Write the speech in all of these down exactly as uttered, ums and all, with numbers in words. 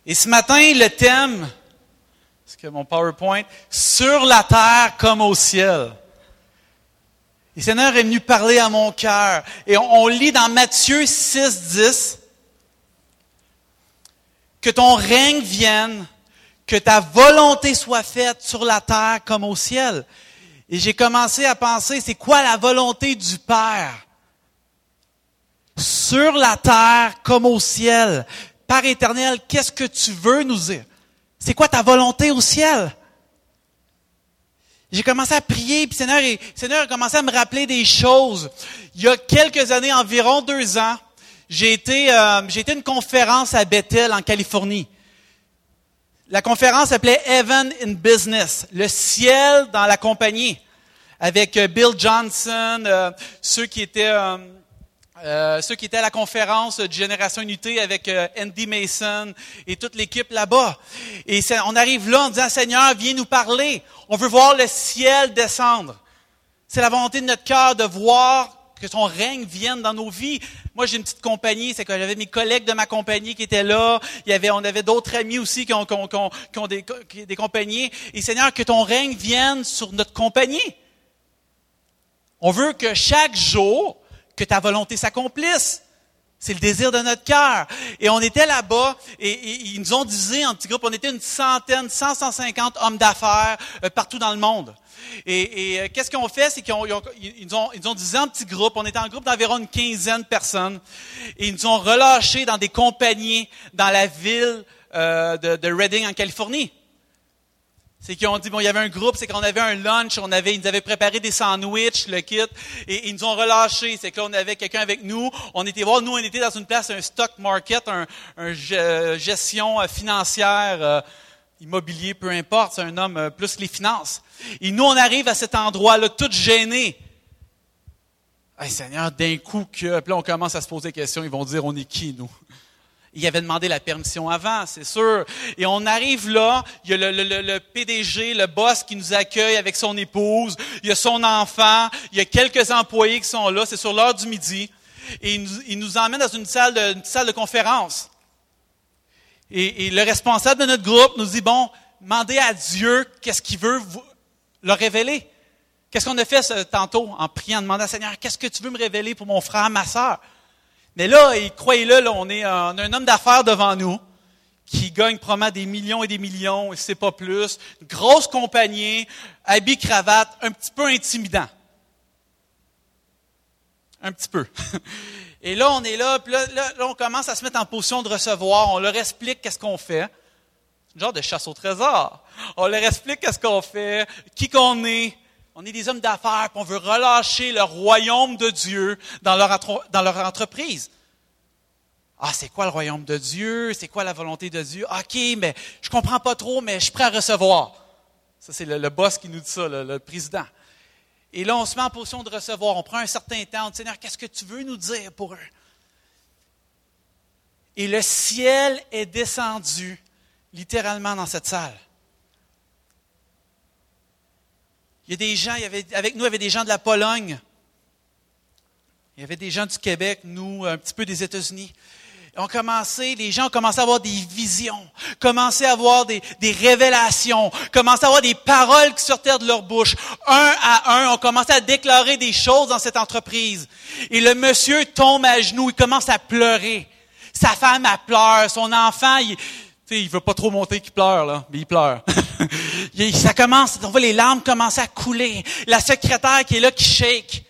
Et ce matin, le thème, est-ce que mon PowerPoint, sur la terre comme au ciel. Et le Seigneur est venu parler à mon cœur. Et on, on lit dans Matthieu six, dix, que ton règne vienne, que ta volonté soit faite sur la terre comme au ciel. Et j'ai commencé à penser, c'est quoi la volonté du Père? Sur la terre comme au ciel. Père éternel, qu'est-ce que tu veux nous dire? C'est quoi ta volonté au ciel? J'ai commencé à prier, puis le Seigneur, le Seigneur a commencé à me rappeler des choses. Il y a quelques années, environ deux ans, j'ai été, euh, j'ai été à une conférence à Bethel, en Californie. La conférence s'appelait Heaven in Business, le ciel dans la compagnie, avec euh, Bill Johnson, euh, ceux qui étaient... Euh, Euh, ceux qui étaient à la conférence de Génération Unité avec euh, Andy Mason et toute l'équipe là-bas. Et c'est, on arrive là en disant, Seigneur, viens nous parler. On veut voir le ciel descendre. C'est la volonté de notre cœur de voir que ton règne vienne dans nos vies. Moi, j'ai une petite compagnie, c'est que j'avais mes collègues de ma compagnie qui étaient là. Il y avait, on avait d'autres amis aussi qui ont, qui ont, qui ont, qui ont des, qui, des compagnies. Et Seigneur, que ton règne vienne sur notre compagnie. On veut que chaque jour, que ta volonté s'accomplisse. C'est le désir de notre cœur. Et on était là-bas, et, et ils nous ont divisé en petits groupes. On était une centaine, cent, cent cinquante hommes d'affaires euh, partout dans le monde. Et, et euh, qu'est-ce qu'ils ont fait? C'est qu'ils ont, ils ont, ils nous ont, ils nous ont divisé en petits groupes. On était en groupe d'environ une quinzaine de personnes. Et ils nous ont relâchés dans des compagnies dans la ville euh, de, de Redding, en Californie. C'est qu'ils ont dit, bon, il y avait un groupe, c'est qu'on avait un lunch, on avait, ils nous avaient préparé des sandwichs, le kit, et ils nous ont relâchés. C'est que là, on avait quelqu'un avec nous. On était voir, nous, on était dans une place, un stock market, un, un gestion financière, euh, immobilier, peu importe, c'est un homme euh, plus les finances. Et nous, on arrive à cet endroit-là, tout gênés. Hey, Seigneur, d'un coup, que, puis là, on commence à se poser des questions, ils vont dire, on est qui, nous? Il avait demandé la permission avant, c'est sûr. Et on arrive là, il y a le, le, le P D G, le boss qui nous accueille avec son épouse, il y a son enfant, il y a quelques employés qui sont là, c'est sur l'heure du midi. Et il nous, il nous emmène dans une salle de, une salle de conférence. Et, et le responsable de notre groupe nous dit, bon, demandez à Dieu qu'est-ce qu'il veut vous, leur révéler. Qu'est-ce qu'on a fait ce, tantôt en priant, demandant à Seigneur, qu'est-ce que tu veux me révéler pour mon frère, ma sœur? Mais là, croyez-le, là, on, est, on a un homme d'affaires devant nous qui gagne probablement des millions et des millions, et c'est pas plus. Une grosse compagnie, habit, cravate, un petit peu intimidant. Un petit peu. Et là, on est là, puis là, là, là, on commence à se mettre en position de recevoir. On leur explique qu'est-ce qu'on fait. Un genre de chasse au trésor. On leur explique qu'est-ce qu'on fait, qui qu'on est. On est des hommes d'affaires, puis on veut relâcher le royaume de Dieu dans leur, dans leur entreprise. Ah, c'est quoi le royaume de Dieu? C'est quoi la volonté de Dieu? OK, mais je comprends pas trop, mais je suis prêt à recevoir. Ça, c'est le, le boss qui nous dit ça, le, le président. Et là, on se met en position de recevoir. On prend un certain temps. On dit, Seigneur, qu'est-ce que tu veux nous dire pour eux? Et le ciel est descendu littéralement dans cette salle. Il y a des gens, il y avait, avec nous, il y avait des gens de la Pologne. Il y avait des gens du Québec, nous, un petit peu des États-Unis. On commençait, les gens ont commencé à avoir des visions, commencé à avoir des, des révélations, commencé à avoir des paroles qui sortaient de leur bouche. Un à un, on commençait à déclarer des choses dans cette entreprise. Et le monsieur tombe à genoux, il commence à pleurer. Sa femme, elle pleure. Son enfant, il... Il ne veut pas trop monter qu'il pleure, là, mais il pleure. Ça commence, on voit les larmes commencer à couler. La secrétaire qui est là, qui shake.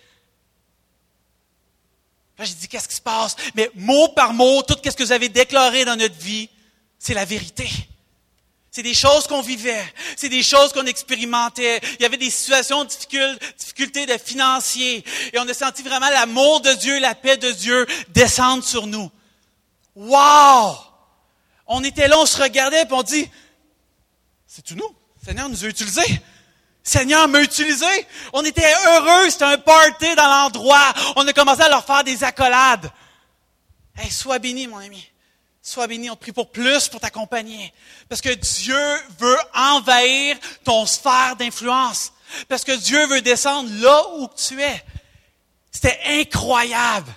Là, j'ai dit, qu'est-ce qui se passe? Mais mot par mot, tout ce que vous avez déclaré dans notre vie, c'est la vérité. C'est des choses qu'on vivait. C'est des choses qu'on expérimentait. Il y avait des situations de difficultés de financiers. Et on a senti vraiment l'amour de Dieu, la paix de Dieu descendre sur nous. Wow! On était là, on se regardait, puis on dit, c'est tout nous. Seigneur nous a utilisés. Seigneur m'a utilisé. On était heureux, c'était un party dans l'endroit. On a commencé à leur faire des accolades. Hey, sois béni, mon ami. Sois béni, on te prie pour plus pour t'accompagner. Parce que Dieu veut envahir ton sphère d'influence. Parce que Dieu veut descendre là où tu es. C'était incroyable.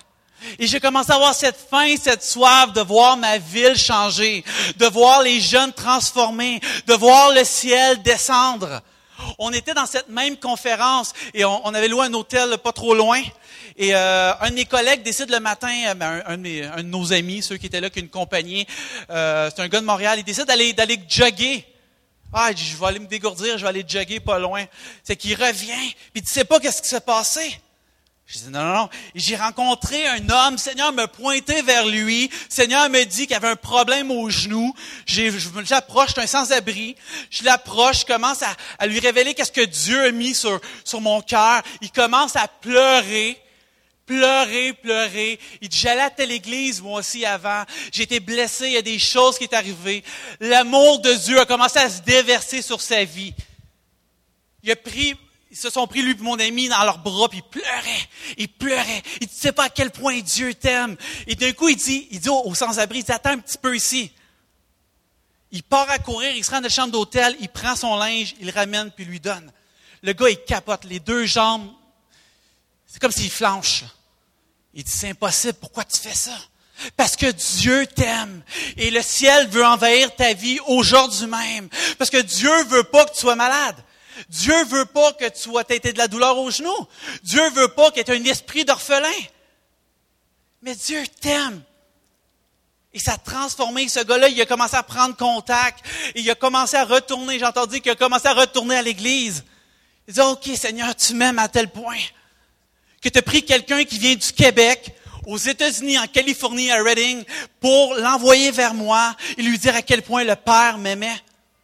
Et j'ai commencé à avoir cette faim, cette soif de voir ma ville changer, de voir les jeunes transformés, de voir le ciel descendre. On était dans cette même conférence et on, on avait loué un hôtel pas trop loin. Et euh, un de mes collègues décide le matin, euh, ben, un, un, de mes, un de nos amis, ceux qui étaient là, qui une compagnie, euh, c'est un gars de Montréal, il décide d'aller d'aller jogger. Ah, il dit, je vais aller me dégourdir, je vais aller jogger pas loin. C'est qu'il revient, puis tu sais pas qu'est-ce qui s'est passé. Je dis, non, non, non. Et j'ai rencontré un homme, Seigneur me pointait vers lui. Seigneur me dit qu'il avait un problème au genou. J'ai, je l'approche, c'est un sans-abri. Je l'approche, je commence à, à lui révéler qu'est-ce que Dieu a mis sur, sur mon cœur. Il commence à pleurer, pleurer, pleurer. Il dit, j'allais à telle église, moi aussi, avant. J'ai été blessé, il y a des choses qui sont arrivées. L'amour de Dieu a commencé à se déverser sur sa vie. Il a pris... Ils se sont pris, lui et mon ami, dans leurs bras, puis ils pleuraient, ils pleuraient. Il ne sait pas à quel point Dieu t'aime. Et d'un coup, il dit, il dit au, au sans-abri, il dit, attends un petit peu ici. Il part à courir, il se rend dans la chambre d'hôtel, il prend son linge, il le ramène, puis il lui donne. Le gars, il capote, les deux jambes, c'est comme s'il flanche. Il dit, c'est impossible, pourquoi tu fais ça? Parce que Dieu t'aime. Et le ciel veut envahir ta vie aujourd'hui même. Parce que Dieu veut pas que tu sois malade. Dieu veut pas que tu sois têté de la douleur au genou. Dieu veut pas que tu aies un esprit d'orphelin. Mais Dieu t'aime. Et ça a transformé. Ce gars-là, il a commencé à prendre contact. Et il a commencé à retourner. J'ai entendu qu'il a commencé à retourner à l'église. Il dit, OK, Seigneur, tu m'aimes à tel point que tu as pris quelqu'un qui vient du Québec, aux États-Unis, en Californie, à Redding, pour l'envoyer vers moi et lui dire à quel point le Père m'aimait.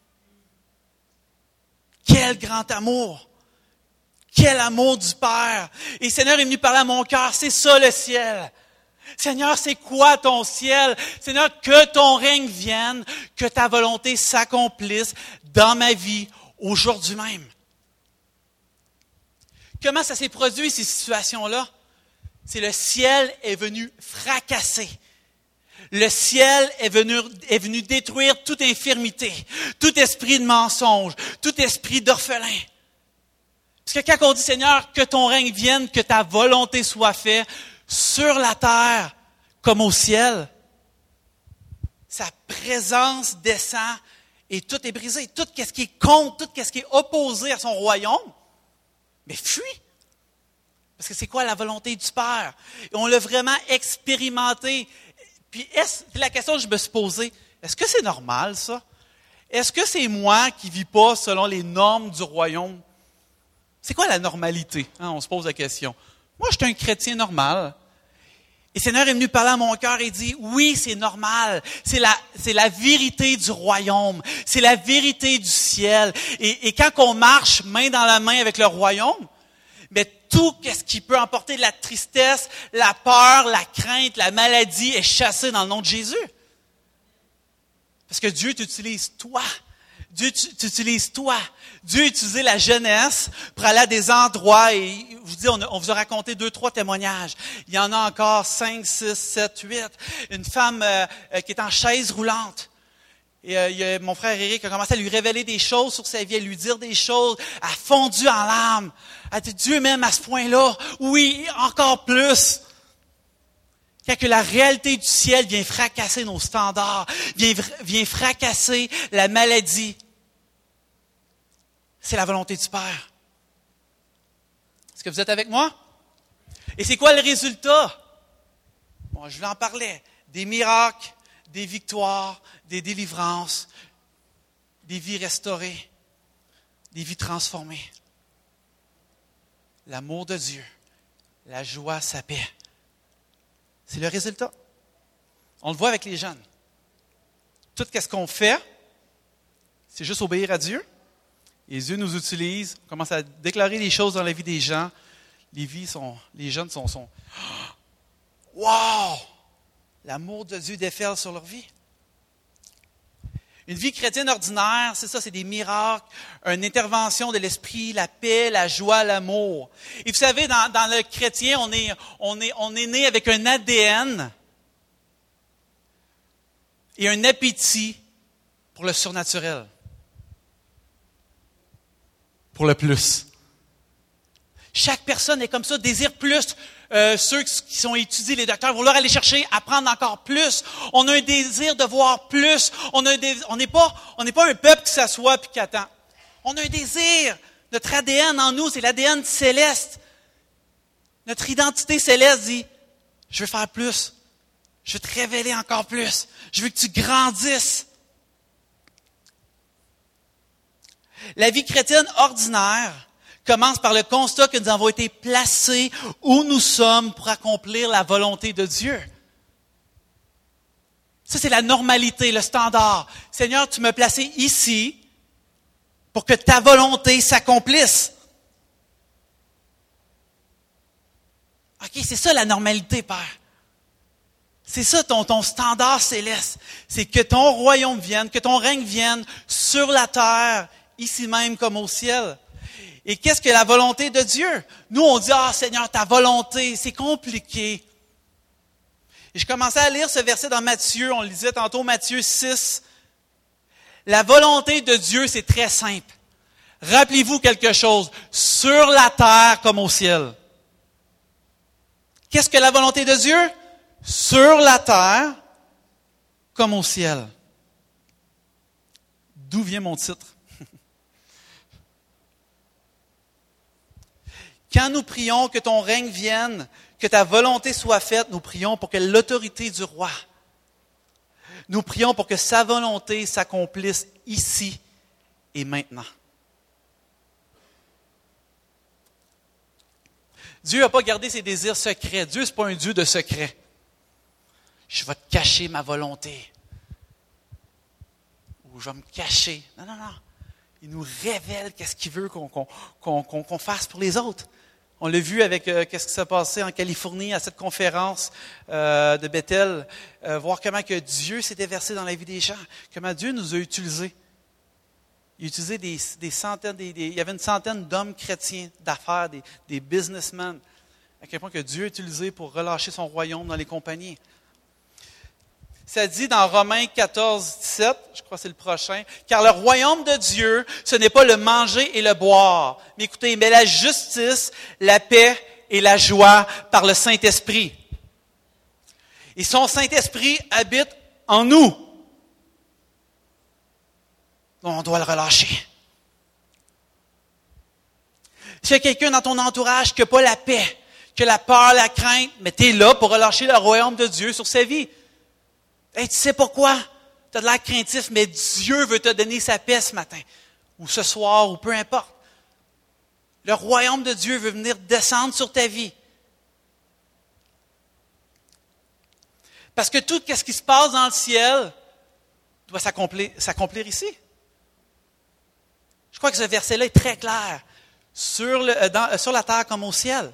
Quel grand amour! Quel amour du Père! Et le Seigneur est venu parler à mon cœur, c'est ça le ciel. Seigneur, c'est quoi ton ciel? Seigneur, que ton règne vienne, que ta volonté s'accomplisse dans ma vie aujourd'hui même. Comment ça s'est produit, ces situations-là? C'est le ciel est venu fracasser. Le ciel est venu, est venu détruire toute infirmité, tout esprit de mensonge, tout esprit d'orphelin. Parce que quand on dit, Seigneur, que ton règne vienne, que ta volonté soit faite sur la terre comme au ciel, sa présence descend et tout est brisé. Tout ce qui est contre, tout ce qui est opposé à son royaume, mais fuit. Parce que c'est quoi la volonté du Père? Et on l'a vraiment expérimenté. Puis, est-ce, la question que je me suis posée, est-ce que c'est normal, ça? Est-ce que c'est moi qui ne vis pas selon les normes du royaume? C'est quoi la normalité? Hein, on se pose la question. Moi, je suis un chrétien normal. Et le Seigneur est venu parler à mon cœur et dit, oui, c'est normal. C'est la, c'est la vérité du royaume. C'est la vérité du ciel. Et, et quand on marche main dans la main avec le royaume, mais tout ce qui peut emporter de la tristesse, la peur, la crainte, la maladie est chassé dans le nom de Jésus. Parce que Dieu t'utilise toi. Dieu t'utilise toi. Dieu a utilisé la jeunesse pour aller à des endroits et je vous dis, on, a, on vous a raconté deux, trois témoignages. Il y en a encore cinq, six, sept, huit. Une femme euh, qui est en chaise roulante. Et euh, il y a mon frère Éric a commencé à lui révéler des choses sur sa vie, à lui dire des choses, a fondu en larmes. Elle a dit, Dieu m'aime à ce point-là. Oui, encore plus. Quand que la réalité du ciel vient fracasser nos standards, vient, vient fracasser la maladie, c'est la volonté du Père. Est-ce que vous êtes avec moi? Et c'est quoi le résultat? Bon, je vais en parler. Des miracles, des victoires, des délivrances, des vies restaurées, des vies transformées. L'amour de Dieu, la joie, sa paix. C'est le résultat. On le voit avec les jeunes. Tout ce qu'on fait, c'est juste obéir à Dieu. Et Dieu nous utilise, on commence à déclarer des choses dans la vie des gens. Les vies sont, les jeunes sont, sont wow! L'amour de Dieu déferle sur leur vie. Une vie chrétienne ordinaire, c'est ça, c'est des miracles, une intervention de l'esprit, la paix, la joie, l'amour. Et vous savez, dans, dans le chrétien, on est, on est, on est né avec un A D N et un appétit pour le surnaturel, pour le plus. Chaque personne est comme ça, désire plus, Euh, ceux qui sont étudiés, les docteurs, vouloir aller chercher, apprendre encore plus. On a un désir de voir plus. On a un désir, on n'est pas, on n'est pas un peuple qui s'assoit puis qui attend. On a un désir. Notre A D N en nous, c'est l'A D N céleste. Notre identité céleste dit, je veux faire plus. Je veux te révéler encore plus. Je veux que tu grandisses. La vie chrétienne ordinaire commence par le constat que nous avons été placés où nous sommes pour accomplir la volonté de Dieu. Ça, c'est la normalité, le standard. Seigneur, tu m'as placé ici pour que ta volonté s'accomplisse. OK, c'est ça la normalité, Père. C'est ça ton, ton standard céleste. C'est que ton royaume vienne, que ton règne vienne sur la terre, ici même comme au ciel. Et qu'est-ce que la volonté de Dieu? Nous, on dit, ah Seigneur, ta volonté, c'est compliqué. Et je commençais à lire ce verset dans Matthieu, on le lisait tantôt, Matthieu six. La volonté de Dieu, c'est très simple. Rappelez-vous quelque chose, sur la terre comme au ciel. Qu'est-ce que la volonté de Dieu? Sur la terre comme au ciel. D'où vient mon titre? Quand nous prions que ton règne vienne, que ta volonté soit faite, nous prions pour que l'autorité du roi, nous prions pour que sa volonté s'accomplisse ici et maintenant. Dieu n'a pas gardé ses désirs secrets. Dieu, ce n'est pas un Dieu de secret. Je vais te cacher ma volonté. Ou je vais me cacher. Non, non, non. Il nous révèle qu'est-ce qu'il veut qu'on, qu'on, qu'on, qu'on fasse pour les autres. On l'a vu avec euh, qu'est-ce qui s'est passé en Californie à cette conférence euh, de Bethel, euh, voir comment que Dieu s'est déversé dans la vie des gens, comment Dieu nous a utilisés. Il a utilisé des, des centaines, des, des, il y avait une centaine d'hommes chrétiens d'affaires, des, des businessmen, à quel point que Dieu a utilisé pour relâcher son royaume dans les compagnies. Ça dit dans Romains quatorze, dix-sept, je crois que c'est le prochain, « Car le royaume de Dieu, ce n'est pas le manger et le boire, mais écoutez, mais la justice, la paix et la joie par le Saint-Esprit. » Et son Saint-Esprit habite en nous. On doit le relâcher. S'il y a quelqu'un dans ton entourage qui n'a pas la paix, qui a la peur, la crainte, mais tu es là pour relâcher le royaume de Dieu sur sa vie. Hey, tu sais pourquoi? Tu as de l'air craintif, mais Dieu veut te donner sa paix ce matin, ou ce soir, ou peu importe. Le royaume de Dieu veut venir descendre sur ta vie. Parce que tout ce qui se passe dans le ciel doit s'accomplir, s'accomplir ici. Je crois que ce verset-là est très clair. Sur, le, dans, sur la terre comme au ciel.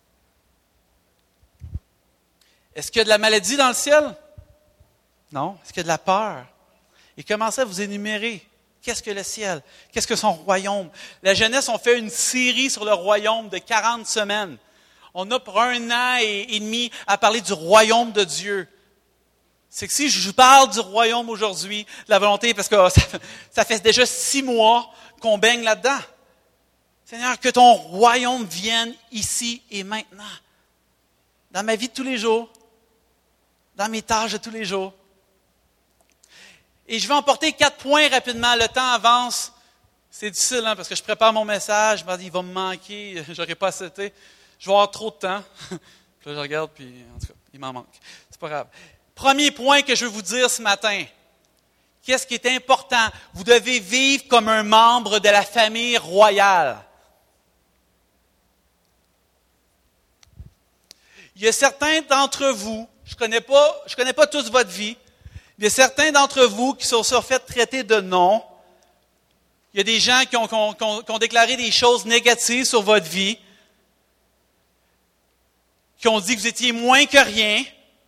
Est-ce qu'il y a de la maladie dans le ciel? Non. Est-ce qu'il y a de la peur? Et commencez à vous énumérer. Qu'est-ce que le ciel? Qu'est-ce que son royaume? La jeunesse, on fait une série sur le royaume de quarante semaines. On a pour un an et, et demi à parler du royaume de Dieu. C'est que si je parle du royaume aujourd'hui, de la volonté, parce que ça, ça fait déjà six mois qu'on baigne là-dedans. Seigneur, que ton royaume vienne ici et maintenant. Dans ma vie de tous les jours, dans mes tâches de tous les jours. Et je vais emporter quatre points rapidement. Le temps avance. C'est difficile, hein, parce que je prépare mon message. Je me dis, il va me manquer. Je n'aurai pas assez. Je vais avoir trop de temps. Puis là, je regarde, puis en tout cas, il m'en manque. C'est pas grave. Premier point que je veux vous dire ce matin. Qu'est-ce qui est important? Vous devez vivre comme un membre de la famille royale. Il y a certains d'entre vous, je ne connais pas, je connais pas tous votre vie, il y a certains d'entre vous qui sont fait traiter de non. Il y a des gens qui ont, qui ont, qui ont, qui ont déclaré des choses négatives sur votre vie, qui ont dit que vous étiez moins que rien,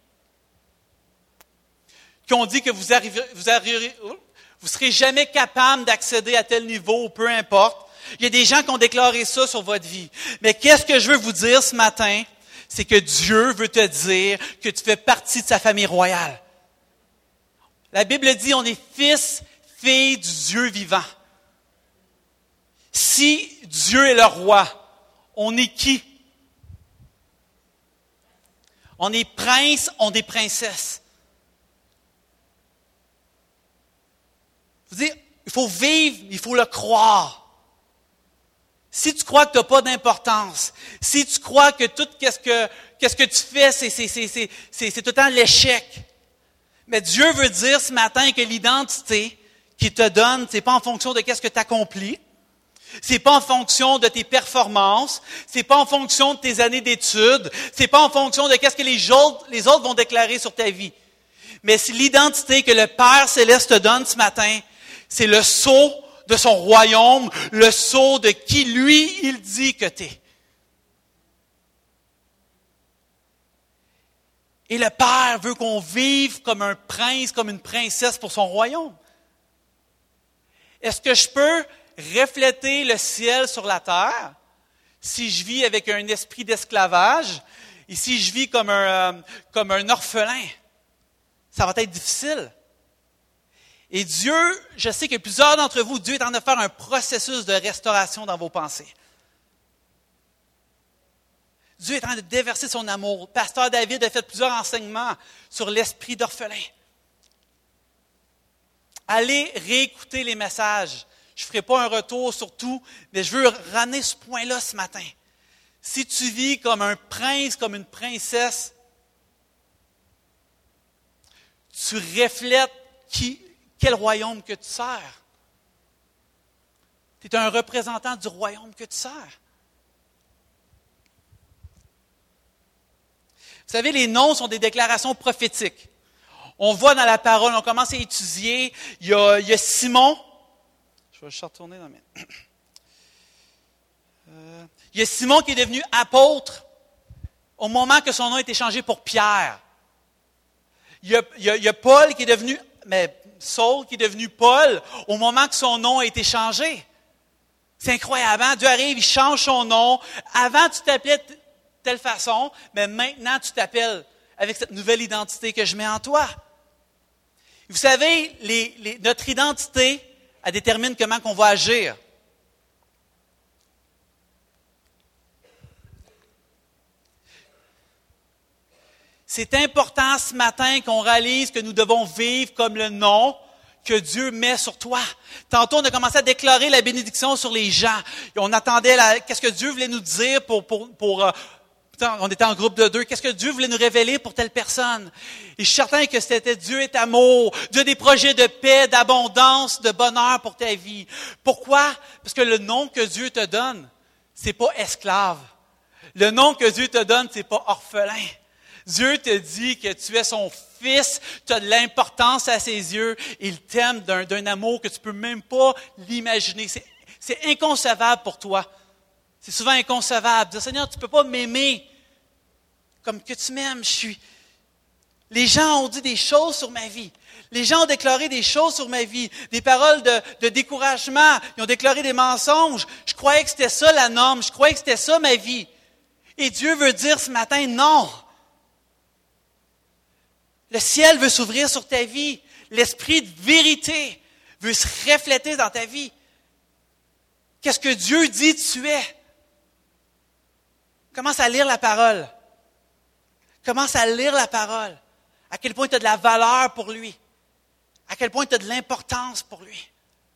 qui ont dit que vous arriverez, vous arriverez, vous serez jamais capable d'accéder à tel niveau, ou peu importe. Il y a des gens qui ont déclaré ça sur votre vie. Mais qu'est-ce que je veux vous dire ce matin? C'est que Dieu veut te dire que tu fais partie de sa famille royale. La Bible dit, on est fils, filles du Dieu vivant. Si Dieu est le roi, on est qui? On est princes, on est princesses. Je veux dire, il faut vivre, il faut le croire. Si tu crois que tu n'as pas d'importance, si tu crois que tout ce que, qu'est-ce que tu fais, c'est, c'est, c'est, c'est, c'est, c'est tout le temps l'échec. Mais Dieu veut dire ce matin que l'identité qu'il te donne, c'est pas en fonction de qu'est-ce que tu accomplis, c'est pas en fonction de tes performances, c'est pas en fonction de tes années d'études, c'est pas en fonction de qu'est-ce que les autres, les autres vont déclarer sur ta vie. Mais c'est l'identité que le Père Céleste te donne ce matin, c'est le sceau de son royaume, le sceau de qui lui, il dit que tu es. Et le Père veut qu'on vive comme un prince, comme une princesse pour son royaume. Est-ce que je peux refléter le ciel sur la terre si je vis avec un esprit d'esclavage et si je vis comme un, euh, comme un orphelin? Ça va être difficile. Et Dieu, je sais que plusieurs d'entre vous, Dieu est en train de faire un processus de restauration dans vos pensées. Dieu est en train de déverser son amour. Pasteur David a fait plusieurs enseignements sur l'esprit d'orphelin. Allez réécouter les messages. Je ne ferai pas un retour sur tout, mais je veux ramener ce point-là ce matin. Si tu vis comme un prince, comme une princesse, tu reflètes qui, quel royaume que tu sers. Tu es un représentant du royaume que tu sers. Vous savez, les noms sont des déclarations prophétiques. On voit dans la parole, on commence à étudier. Il y a, il y a Simon. Je vais juste retourner dans mes... Euh, il y a Simon qui est devenu apôtre au moment que son nom a été changé pour Pierre. Il y a, il y a, il y a Paul qui est devenu, mais Saul qui est devenu Paul au moment que son nom a été changé. C'est incroyable, hein? Dieu arrive, il change son nom. Avant, tu t'appelais de telle façon, mais maintenant, tu t'appelles avec cette nouvelle identité que je mets en toi. Vous savez, les, les, notre identité, elle détermine comment on va agir. C'est important ce matin qu'on réalise que nous devons vivre comme le nom que Dieu met sur toi. Tantôt, on a commencé à déclarer la bénédiction sur les gens. Et on attendait la, qu'est-ce que Dieu voulait nous dire pour... pour, pour euh, on était en groupe de deux. Qu'est-ce que Dieu voulait nous révéler pour telle personne? Et je suis certain que c'était Dieu est amour. Dieu a des projets de paix, d'abondance, de bonheur pour ta vie. Pourquoi? Parce que le nom que Dieu te donne, c'est pas esclave. Le nom que Dieu te donne, c'est pas orphelin. Dieu te dit que tu es son fils, tu as de l'importance à ses yeux, il t'aime d'un, d'un amour que tu peux même pas l'imaginer. C'est, c'est inconcevable pour toi. C'est souvent inconcevable. Dire, Seigneur, tu ne peux pas m'aimer comme que tu m'aimes. Je suis. Les gens ont dit des choses sur ma vie. Les gens ont déclaré des choses sur ma vie. Des paroles de, de découragement. Ils ont déclaré des mensonges. Je croyais que c'était ça la norme. Je croyais que c'était ça ma vie. Et Dieu veut dire ce matin, non. Le ciel veut s'ouvrir sur ta vie. L'esprit de vérité veut se refléter dans ta vie. Qu'est-ce que Dieu dit tu es? Commence à lire la parole. Commence à lire la parole. À quel point tu as de la valeur pour lui. À quel point tu as de l'importance pour lui.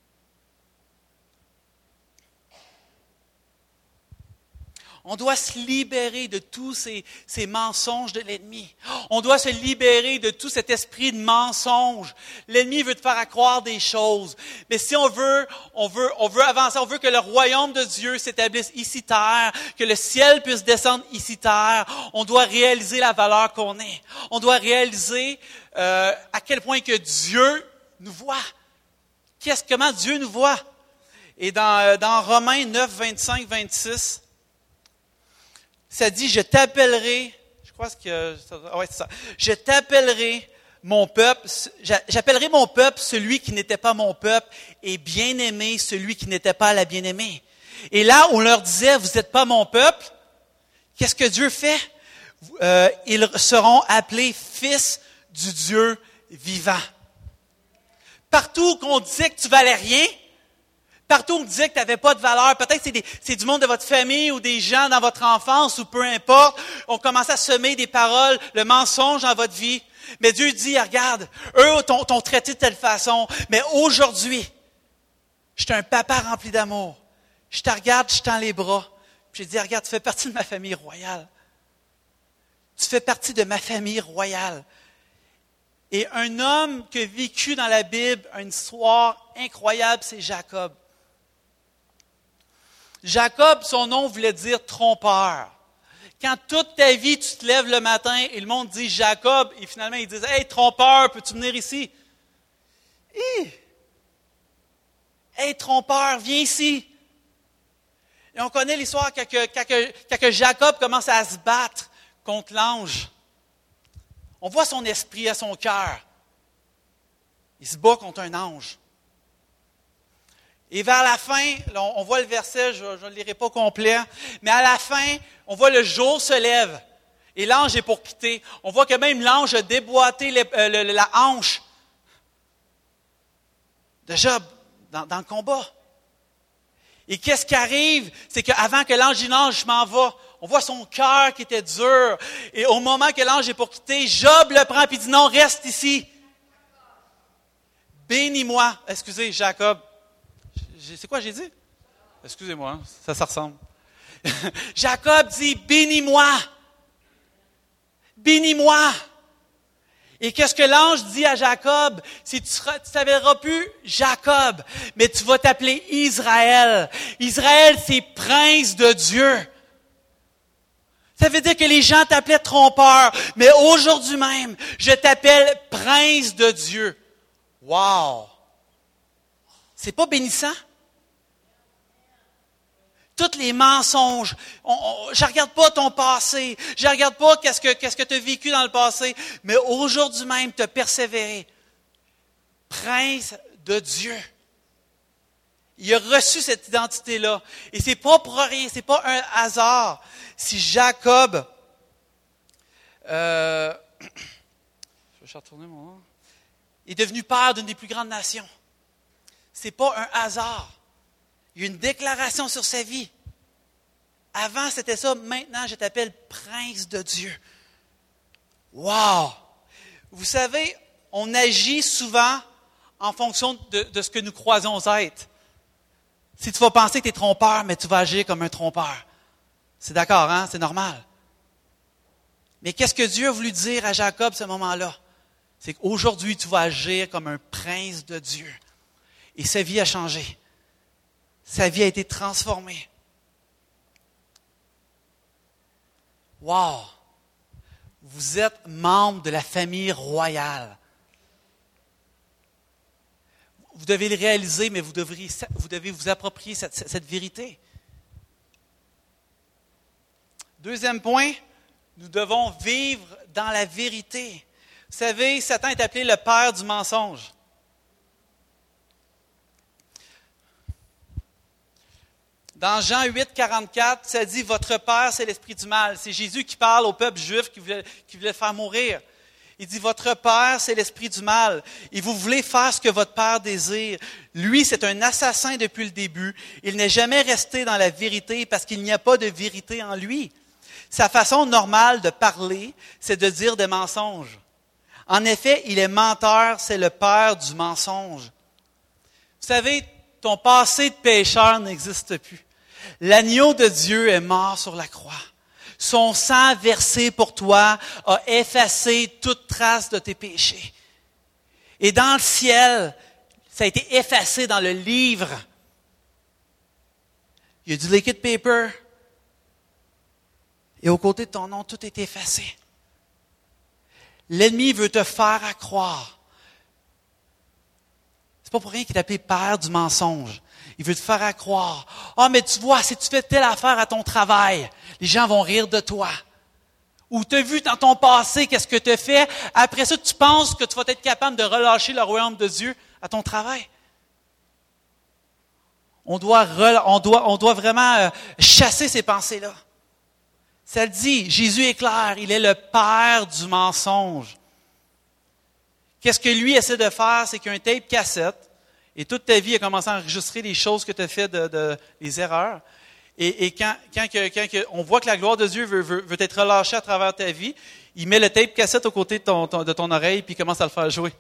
On doit se libérer de tous ces, ces mensonges de l'ennemi. On doit se libérer de tout cet esprit de mensonge. L'ennemi veut te faire croire des choses. Mais si on veut, on veut, on veut avancer, on veut que le royaume de Dieu s'établisse ici terre, que le ciel puisse descendre ici terre, on doit réaliser la valeur qu'on est. On doit réaliser euh, à quel point que Dieu nous voit. Qu'est-ce, comment Dieu nous voit? Et dans, dans Romains neuf, vingt-cinq, vingt-six, ça dit, je t'appellerai, je crois que, ah ouais, c'est ça, je t'appellerai mon peuple, j'appellerai mon peuple celui qui n'était pas mon peuple et bien-aimé celui qui n'était pas la bien-aimée. Et là, on leur disait, vous n'êtes pas mon peuple, qu'est-ce que Dieu fait? Euh, ils seront appelés fils du Dieu vivant. Partout qu'on disait que tu valais rien, Partout, on disait que tu n'avais pas de valeur. Peut-être que c'est, des, c'est du monde de votre famille ou des gens dans votre enfance ou peu importe. On commence à semer des paroles, le mensonge dans votre vie. Mais Dieu dit, regarde, eux t'ont, t'ont traité de telle façon. Mais aujourd'hui, je suis un papa rempli d'amour. Je te regarde, je tends les bras. Puis je dis, regarde, tu fais partie de ma famille royale. Tu fais partie de ma famille royale. Et un homme qui a vécu dans la Bible une histoire incroyable, c'est Jacob. Jacob, son nom voulait dire trompeur. Quand toute ta vie, tu te lèves le matin et le monde dit Jacob, et finalement ils disent « Hey, trompeur, peux-tu venir ici? » Hi! « Hey, trompeur, viens ici! » Et on connaît l'histoire quand, que, quand, que, quand que Jacob commence à se battre contre l'ange. On voit son esprit à son cœur. Il se bat contre un ange. Et vers la fin, on voit le verset, je ne le lirai pas complet, mais à la fin, on voit le jour se lève et l'ange est pour quitter. On voit que même l'ange a déboîté les, euh, le, la hanche de Job dans, dans le combat. Et qu'est-ce qui arrive? C'est qu'avant que l'ange dise non, je m'en vais, on voit son cœur qui était dur. Et au moment que l'ange est pour quitter, Job le prend et dit non, reste ici. Bénis-moi. Excusez, Jacob. C'est quoi j'ai dit? Excusez-moi, hein, ça, ça ressemble. Jacob dit, bénis-moi. Bénis-moi. Et qu'est-ce que l'ange dit à Jacob? C'est tu ne t'appelleras plus Jacob, mais tu vas t'appeler Israël. Israël, c'est prince de Dieu. Ça veut dire que les gens t'appelaient trompeur, mais aujourd'hui même, je t'appelle prince de Dieu. Wow! C'est pas bénissant? Tous les mensonges. On, on, je ne regarde pas ton passé. Je ne regarde pas qu'est-ce que, qu'est-ce que tu as vécu dans le passé. Mais aujourd'hui même, tu as persévéré. Prince de Dieu. Il a reçu cette identité-là. Et ce n'est pas pour rien, ce n'est pas un hasard. Si Jacob... Euh, je vais retourner mon nom. Est devenu père d'une des plus grandes nations. Ce n'est pas un hasard. Il y a une déclaration sur sa vie. Avant, c'était ça. Maintenant, je t'appelle prince de Dieu. Wow! Vous savez, on agit souvent en fonction de, de ce que nous croyons être. Si tu vas penser que tu es trompeur, mais tu vas agir comme un trompeur. C'est d'accord, hein? C'est normal. Mais qu'est-ce que Dieu a voulu dire à Jacob à ce moment-là? C'est qu'aujourd'hui, tu vas agir comme un prince de Dieu. Et sa vie a changé. Sa vie a été transformée. Wow! Vous êtes membre de la famille royale. Vous devez le réaliser, mais vous, devriez, vous devez vous approprier cette, cette vérité. Deuxième point, nous devons vivre dans la vérité. Vous savez, Satan est appelé le père du mensonge. Dans Jean huit, quarante-quatre, ça dit « Votre père, c'est l'esprit du mal ». C'est Jésus qui parle au peuple juif qui voulait, qui voulait faire mourir. Il dit « Votre père, c'est l'esprit du mal. Et vous voulez faire ce que votre père désire. Lui, c'est un assassin depuis le début. Il n'est jamais resté dans la vérité parce qu'il n'y a pas de vérité en lui. Sa façon normale de parler, c'est de dire des mensonges. En effet, il est menteur, c'est le père du mensonge. » Vous savez, ton passé de pécheur n'existe plus. L'agneau de Dieu est mort sur la croix. Son sang versé pour toi a effacé toute trace de tes péchés. Et dans le ciel, ça a été effacé dans le livre. Il y a du liquid paper. Et aux côtés de ton nom, tout est effacé. L'ennemi veut te faire à croire. C'est pas pour rien qu'il est appelé père du mensonge. Il veut te faire à croire. Ah, oh, mais tu vois, si tu fais telle affaire à ton travail, les gens vont rire de toi. Ou tu as vu dans ton passé qu'est-ce que tu as fait. Après ça, tu penses que tu vas être capable de relâcher le royaume de Dieu à ton travail. On doit, on doit, on doit vraiment chasser ces pensées-là. Ça le dit, Jésus est clair, il est le père du mensonge. Qu'est-ce que lui essaie de faire? C'est qu'il y a un tape cassette. Et toute ta vie a commencé à enregistrer les choses que tu as faites, de, de, les erreurs. Et, et quand, quand, que, quand que on voit que la gloire de Dieu veut, veut, veut être relâchée à travers ta vie, il met le tape cassette aux côtés de ton, ton, de ton oreille, puis il commence à le faire jouer.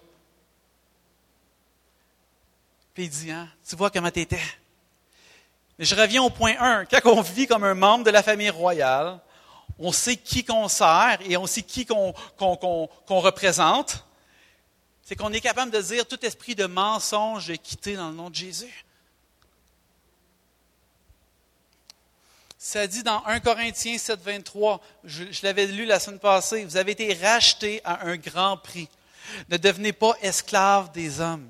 Puis il dit, hein, tu vois comment tu étais. Mais je reviens au point un. Quand on vit comme un membre de la famille royale, on sait qui qu'on sert et on sait qui qu'on, qu'on, qu'on, qu'on représente. C'est qu'on est capable de dire tout esprit de mensonge est quitté dans le nom de Jésus. Ça dit dans un Corinthiens sept, vingt-trois, je, je l'avais lu la semaine passée, vous avez été rachetés à un grand prix. Ne devenez pas esclaves des hommes.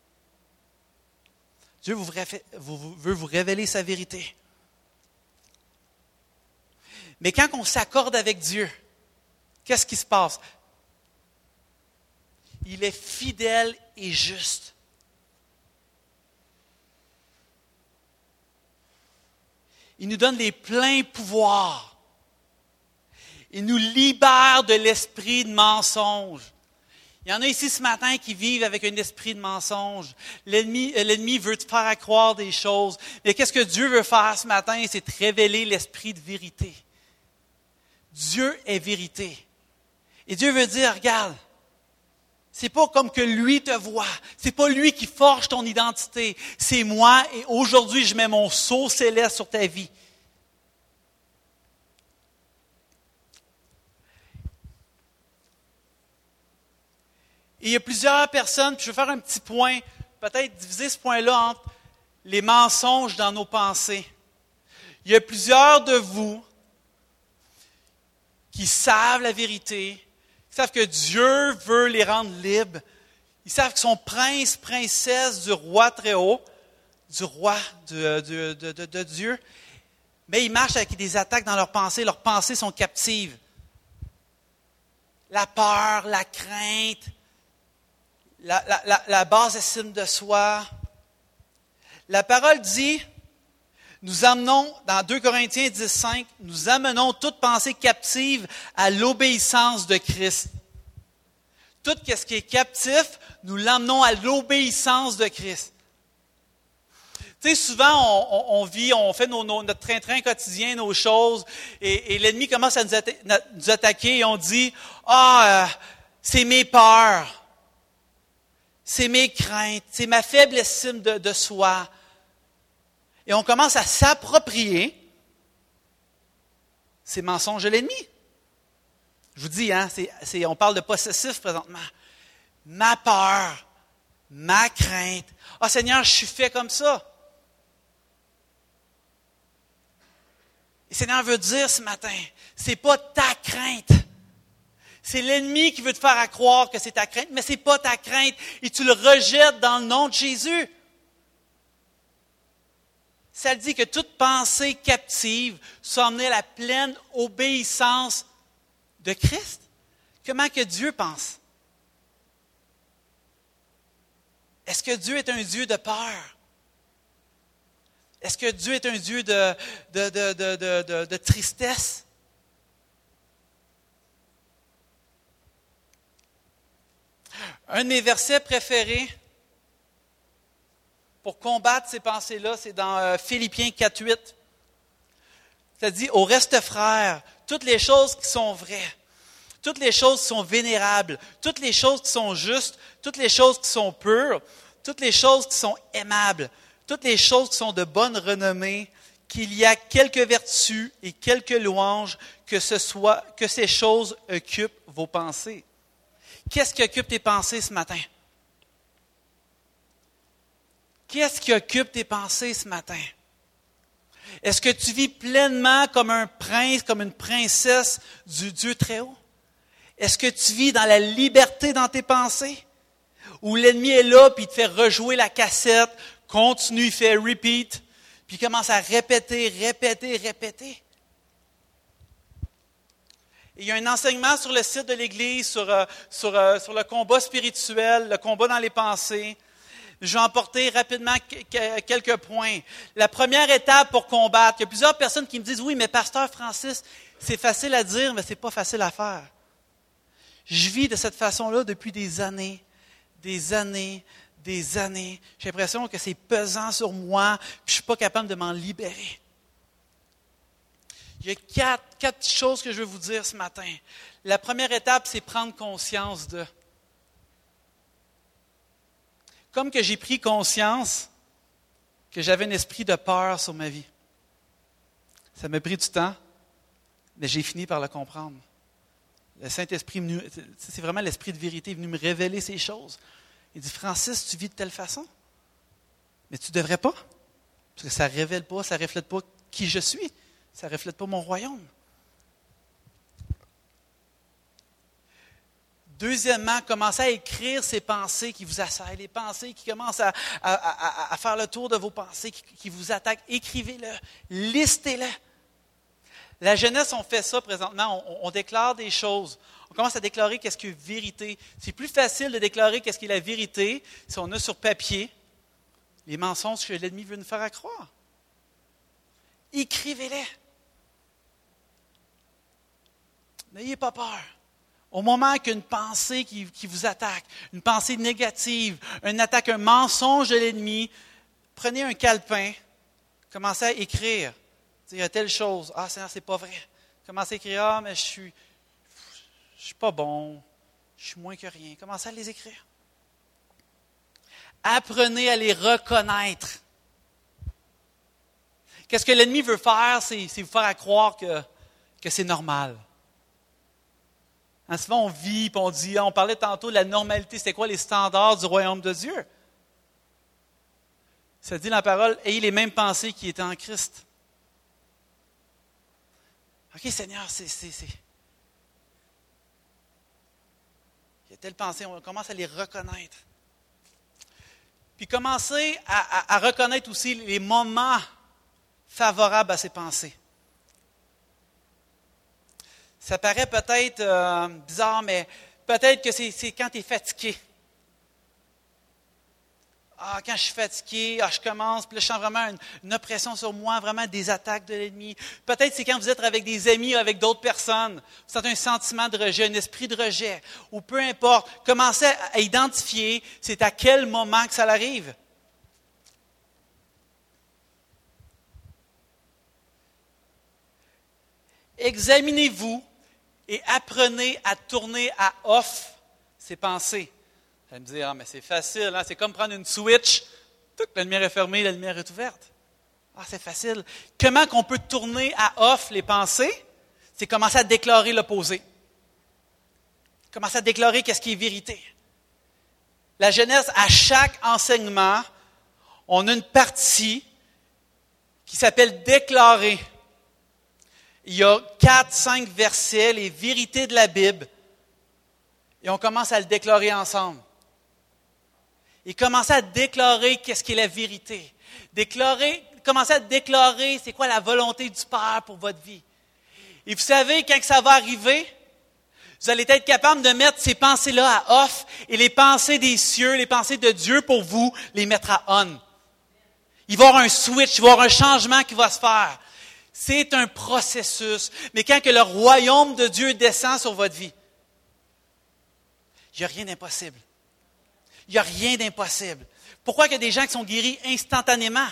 Dieu vous, vous, veut vous révéler sa vérité. Mais quand on s'accorde avec Dieu, qu'est-ce qui se passe? Il est fidèle et juste. Il nous donne les pleins pouvoirs. Il nous libère de l'esprit de mensonge. Il y en a ici ce matin qui vivent avec un esprit de mensonge. L'ennemi, l'ennemi veut te faire croire des choses. Mais qu'est-ce que Dieu veut faire ce matin? C'est te révéler l'esprit de vérité. Dieu est vérité. Et Dieu veut dire, regarde, c'est pas comme que lui te voit. C'est pas lui qui forge ton identité. C'est moi et aujourd'hui, je mets mon sceau céleste sur ta vie. Et il y a plusieurs personnes, puis je vais faire un petit point, peut-être diviser ce point-là entre les mensonges dans nos pensées. Il y a plusieurs de vous qui savent la vérité, qui savent que Dieu veut les rendre libres. Ils savent qu'ils sont princes, princesses du roi très haut, du roi de, de, de, de, de Dieu. Mais ils marchent avec des attaques dans leurs pensées. Leurs pensées sont captives. La peur, la crainte, la, la, la, la basse estime de soi. La parole dit, nous amenons, dans deux Corinthiens dix, cinq, nous amenons toute pensée captive à l'obéissance de Christ. Tout ce qui est captif, nous l'amenons à l'obéissance de Christ. Tu sais, souvent, on, on, on vit, on fait nos, nos, notre train-train quotidien, nos choses, et, et l'ennemi commence à nous, atta- nous attaquer et on dit, « Ah, euh, c'est mes peurs, c'est mes craintes, c'est ma faible estime de, de soi. » Et on commence à s'approprier ces mensonges de l'ennemi. Je vous dis, hein, c'est, c'est, on parle de possessif présentement. Ma peur, ma crainte. Ah, Seigneur, je suis fait comme ça. Et le Seigneur veut dire ce matin, c'est pas ta crainte. C'est l'ennemi qui veut te faire croire que c'est ta crainte, mais c'est pas ta crainte. Et tu le rejettes dans le nom de Jésus. Ça dit que toute pensée captive soit emmenée à la pleine obéissance de Christ. Comment que Dieu pense? Est-ce que Dieu est un Dieu de peur? Est-ce que Dieu est un Dieu de, de, de, de, de, de, de tristesse? Un de mes versets préférés pour combattre ces pensées-là, c'est dans euh, Philippiens quatre, huit. Ça dit, au reste frères, toutes les choses qui sont vraies, toutes les choses qui sont vénérables, toutes les choses qui sont justes, toutes les choses qui sont pures, toutes les choses qui sont aimables, toutes les choses qui sont de bonne renommée, qu'il y a quelques vertus et quelques louanges, que ce soit, que ces choses occupent vos pensées. Qu'est-ce qui occupe tes pensées ce matin? Qu'est-ce qui occupe tes pensées ce matin? Est-ce que tu vis pleinement comme un prince, comme une princesse du Dieu très haut? Est-ce que tu vis dans la liberté dans tes pensées? Ou l'ennemi est là, puis il te fait rejouer la cassette, continue, il fait repeat, puis il commence à répéter, répéter, répéter. Et il y a un enseignement sur le site de l'Église, sur, euh, sur, euh, sur le combat spirituel, le combat dans les pensées. Je vais emporter rapidement quelques points. La première étape pour combattre, il y a plusieurs personnes qui me disent, oui, mais pasteur Francis, c'est facile à dire, mais c'est pas facile à faire. Je vis de cette façon-là depuis des années, des années, des années. J'ai l'impression que c'est pesant sur moi, puis je ne suis pas capable de m'en libérer. Il y a quatre, quatre choses que je veux vous dire ce matin. La première étape, c'est prendre conscience de. Comme que j'ai pris conscience que j'avais un esprit de peur sur ma vie. Ça m'a pris du temps, mais j'ai fini par le comprendre. Le Saint-Esprit, c'est vraiment l'Esprit de vérité, est venu me révéler ces choses. Il dit, Francis, tu vis de telle façon, mais tu ne devrais pas, parce que ça ne révèle pas, ça ne reflète pas qui je suis, ça ne reflète pas mon royaume. Deuxièmement, commencez à écrire ces pensées qui vous assaillent, les pensées qui commencent à, à, à, à faire le tour de vos pensées, qui, qui vous attaquent. Écrivez-le, listez-le. La jeunesse, on fait ça présentement, on, on déclare des choses. On commence à déclarer qu'est-ce que vérité. C'est plus facile de déclarer qu'est-ce qui est la vérité si on a sur papier les mensonges que l'ennemi veut nous faire croire. Écrivez-les. N'ayez pas peur. Au moment qu'une pensée qui, qui vous attaque, une pensée négative, une attaque, un mensonge de l'ennemi, prenez un calepin, commencez à écrire. Dire telle chose. Ah, Seigneur, c'est pas vrai. Commencez à écrire, ah, mais je suis, je suis pas bon, je suis moins que rien. Commencez à les écrire. Apprenez à les reconnaître. Qu'est-ce que l'ennemi veut faire, c'est, c'est vous faire croire que, que c'est normal. Hein, souvent, on vit, puis on dit, on parlait tantôt de la normalité, c'était quoi les standards du royaume de Dieu? Ça dit dans la parole, ayez les mêmes pensées qui étaient en Christ. OK, Seigneur, c'est, c'est, c'est. Il y a telle pensée, on commence à les reconnaître. Puis commencez à, à, à reconnaître aussi les moments favorables à ces pensées. Ça paraît peut-être euh, bizarre, mais peut-être que c'est, c'est quand tu es fatigué. Ah, quand je suis fatigué, ah, je commence, puis là, je sens vraiment une, une oppression sur moi, vraiment des attaques de l'ennemi. Peut-être c'est quand vous êtes avec des amis, avec d'autres personnes, vous sentez un sentiment de rejet, un esprit de rejet, ou peu importe. Commencez à identifier c'est à quel moment que ça arrive. Examinez-vous et apprenez à tourner à off ces pensées. Vous allez me dire, ah, mais c'est facile, hein? C'est comme prendre une switch, toute la lumière est fermée, la lumière est ouverte. Ah, c'est facile. Comment qu'on peut tourner à off les pensées? C'est commencer à déclarer l'opposé. Commencer à déclarer qu'est-ce qui est vérité. La jeunesse, à chaque enseignement, on a une partie qui s'appelle déclarer. Il y a quatre, cinq versets, les vérités de la Bible, et on commence à le déclarer ensemble. Et commencer à déclarer qu'est-ce qui est la vérité. Déclarer, commencer à déclarer c'est quoi la volonté du Père pour votre vie. Et vous savez, quand ça va arriver, vous allez être capable de mettre ces pensées-là à off et les pensées des cieux, les pensées de Dieu pour vous, les mettre à on. Il va y avoir un switch, il va y avoir un changement qui va se faire. C'est un processus. Mais quand que le royaume de Dieu descend sur votre vie, il n'y a rien d'impossible. Il n'y a rien d'impossible. Pourquoi il y a des gens qui sont guéris instantanément?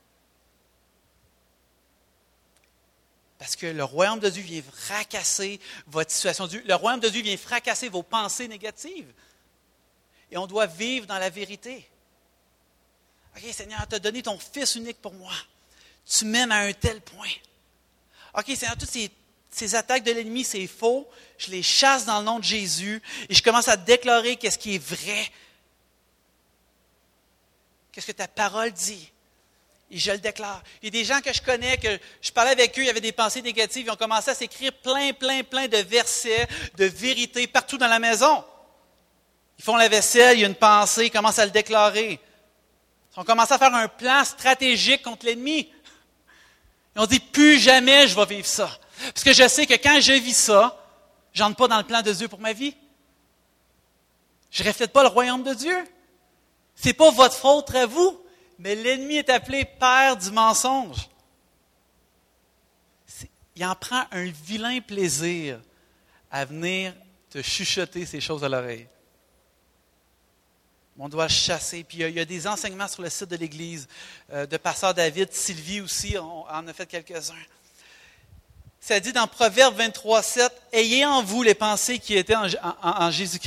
Parce que le royaume de Dieu vient fracasser votre situation. Le royaume de Dieu vient fracasser vos pensées négatives. Et on doit vivre dans la vérité. OK, Seigneur, tu as donné ton Fils unique pour moi. Tu m'aimes à un tel point. OK, Seigneur, toutes ces, ces attaques de l'ennemi, c'est faux. Je les chasse dans le nom de Jésus et je commence à déclarer qu'est-ce qui est vrai. Qu'est-ce que ta parole dit? Et je le déclare. Il y a des gens que je connais, que je parlais avec eux, il y avait des pensées négatives, ils ont commencé à s'écrire plein, plein, plein de versets, de vérités partout dans la maison. Ils font la vaisselle, il y a une pensée, ils commencent à le déclarer. Ils ont commencé à faire un plan stratégique contre l'ennemi. Ils ont dit, plus jamais je vais vivre ça. Parce que je sais que quand je vis ça, je n'entre pas dans le plan de Dieu pour ma vie. Je ne reflète pas le royaume de Dieu. Ce n'est pas votre faute à vous, mais l'ennemi est appelé père du mensonge. C'est, il en prend un vilain plaisir à venir te chuchoter ces choses à l'oreille. On doit le chasser. Puis il y a, il y a des enseignements sur le site de l'Église, euh, de Pasteur David, Sylvie aussi, on en a fait quelques-uns. Ça dit dans Proverbe vingt-trois, sept, « Ayez en vous les pensées qui étaient en, en, en Jésus-Christ. »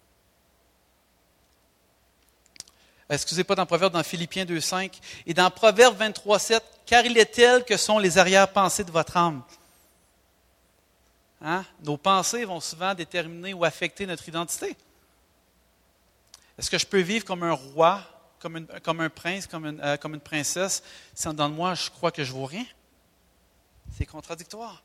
Excusez pas, dans Proverbe, dans Philippiens deux, cinq. Et dans Proverbe vingt-trois, sept, « Car il est tel que sont les arrière-pensées de votre âme. » Hein? Nos pensées vont souvent déterminer ou affecter notre identité. Est-ce que je peux vivre comme un roi, comme, une, comme un prince, comme une, euh, comme une princesse, si en dedans de moi, je crois que je ne vaux rien? C'est contradictoire.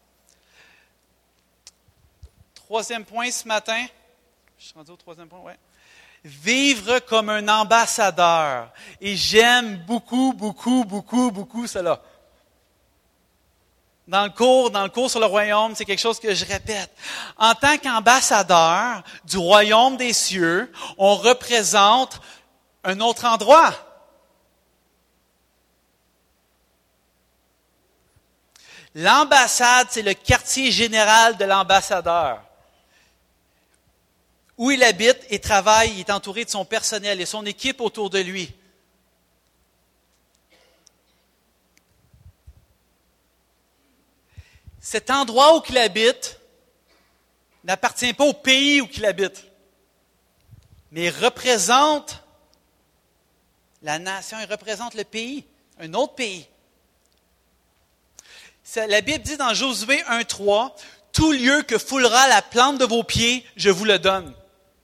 Troisième point ce matin. Je suis rendu au troisième point, oui. Vivre comme un ambassadeur. Et j'aime beaucoup, beaucoup, beaucoup, beaucoup cela. Dans le cours, dans le cours sur le royaume, c'est quelque chose que je répète. En tant qu'ambassadeur du royaume des cieux, on représente un autre endroit. L'ambassade, c'est le quartier général de l'ambassadeur. Où il habite et travaille, il est entouré de son personnel et son équipe autour de lui. Cet endroit où il habite n'appartient pas au pays où il habite, mais il représente la nation, il représente le pays, un autre pays. La Bible dit dans Josué un, trois, « Tout lieu que foulera la plante de vos pieds, je vous le donne. »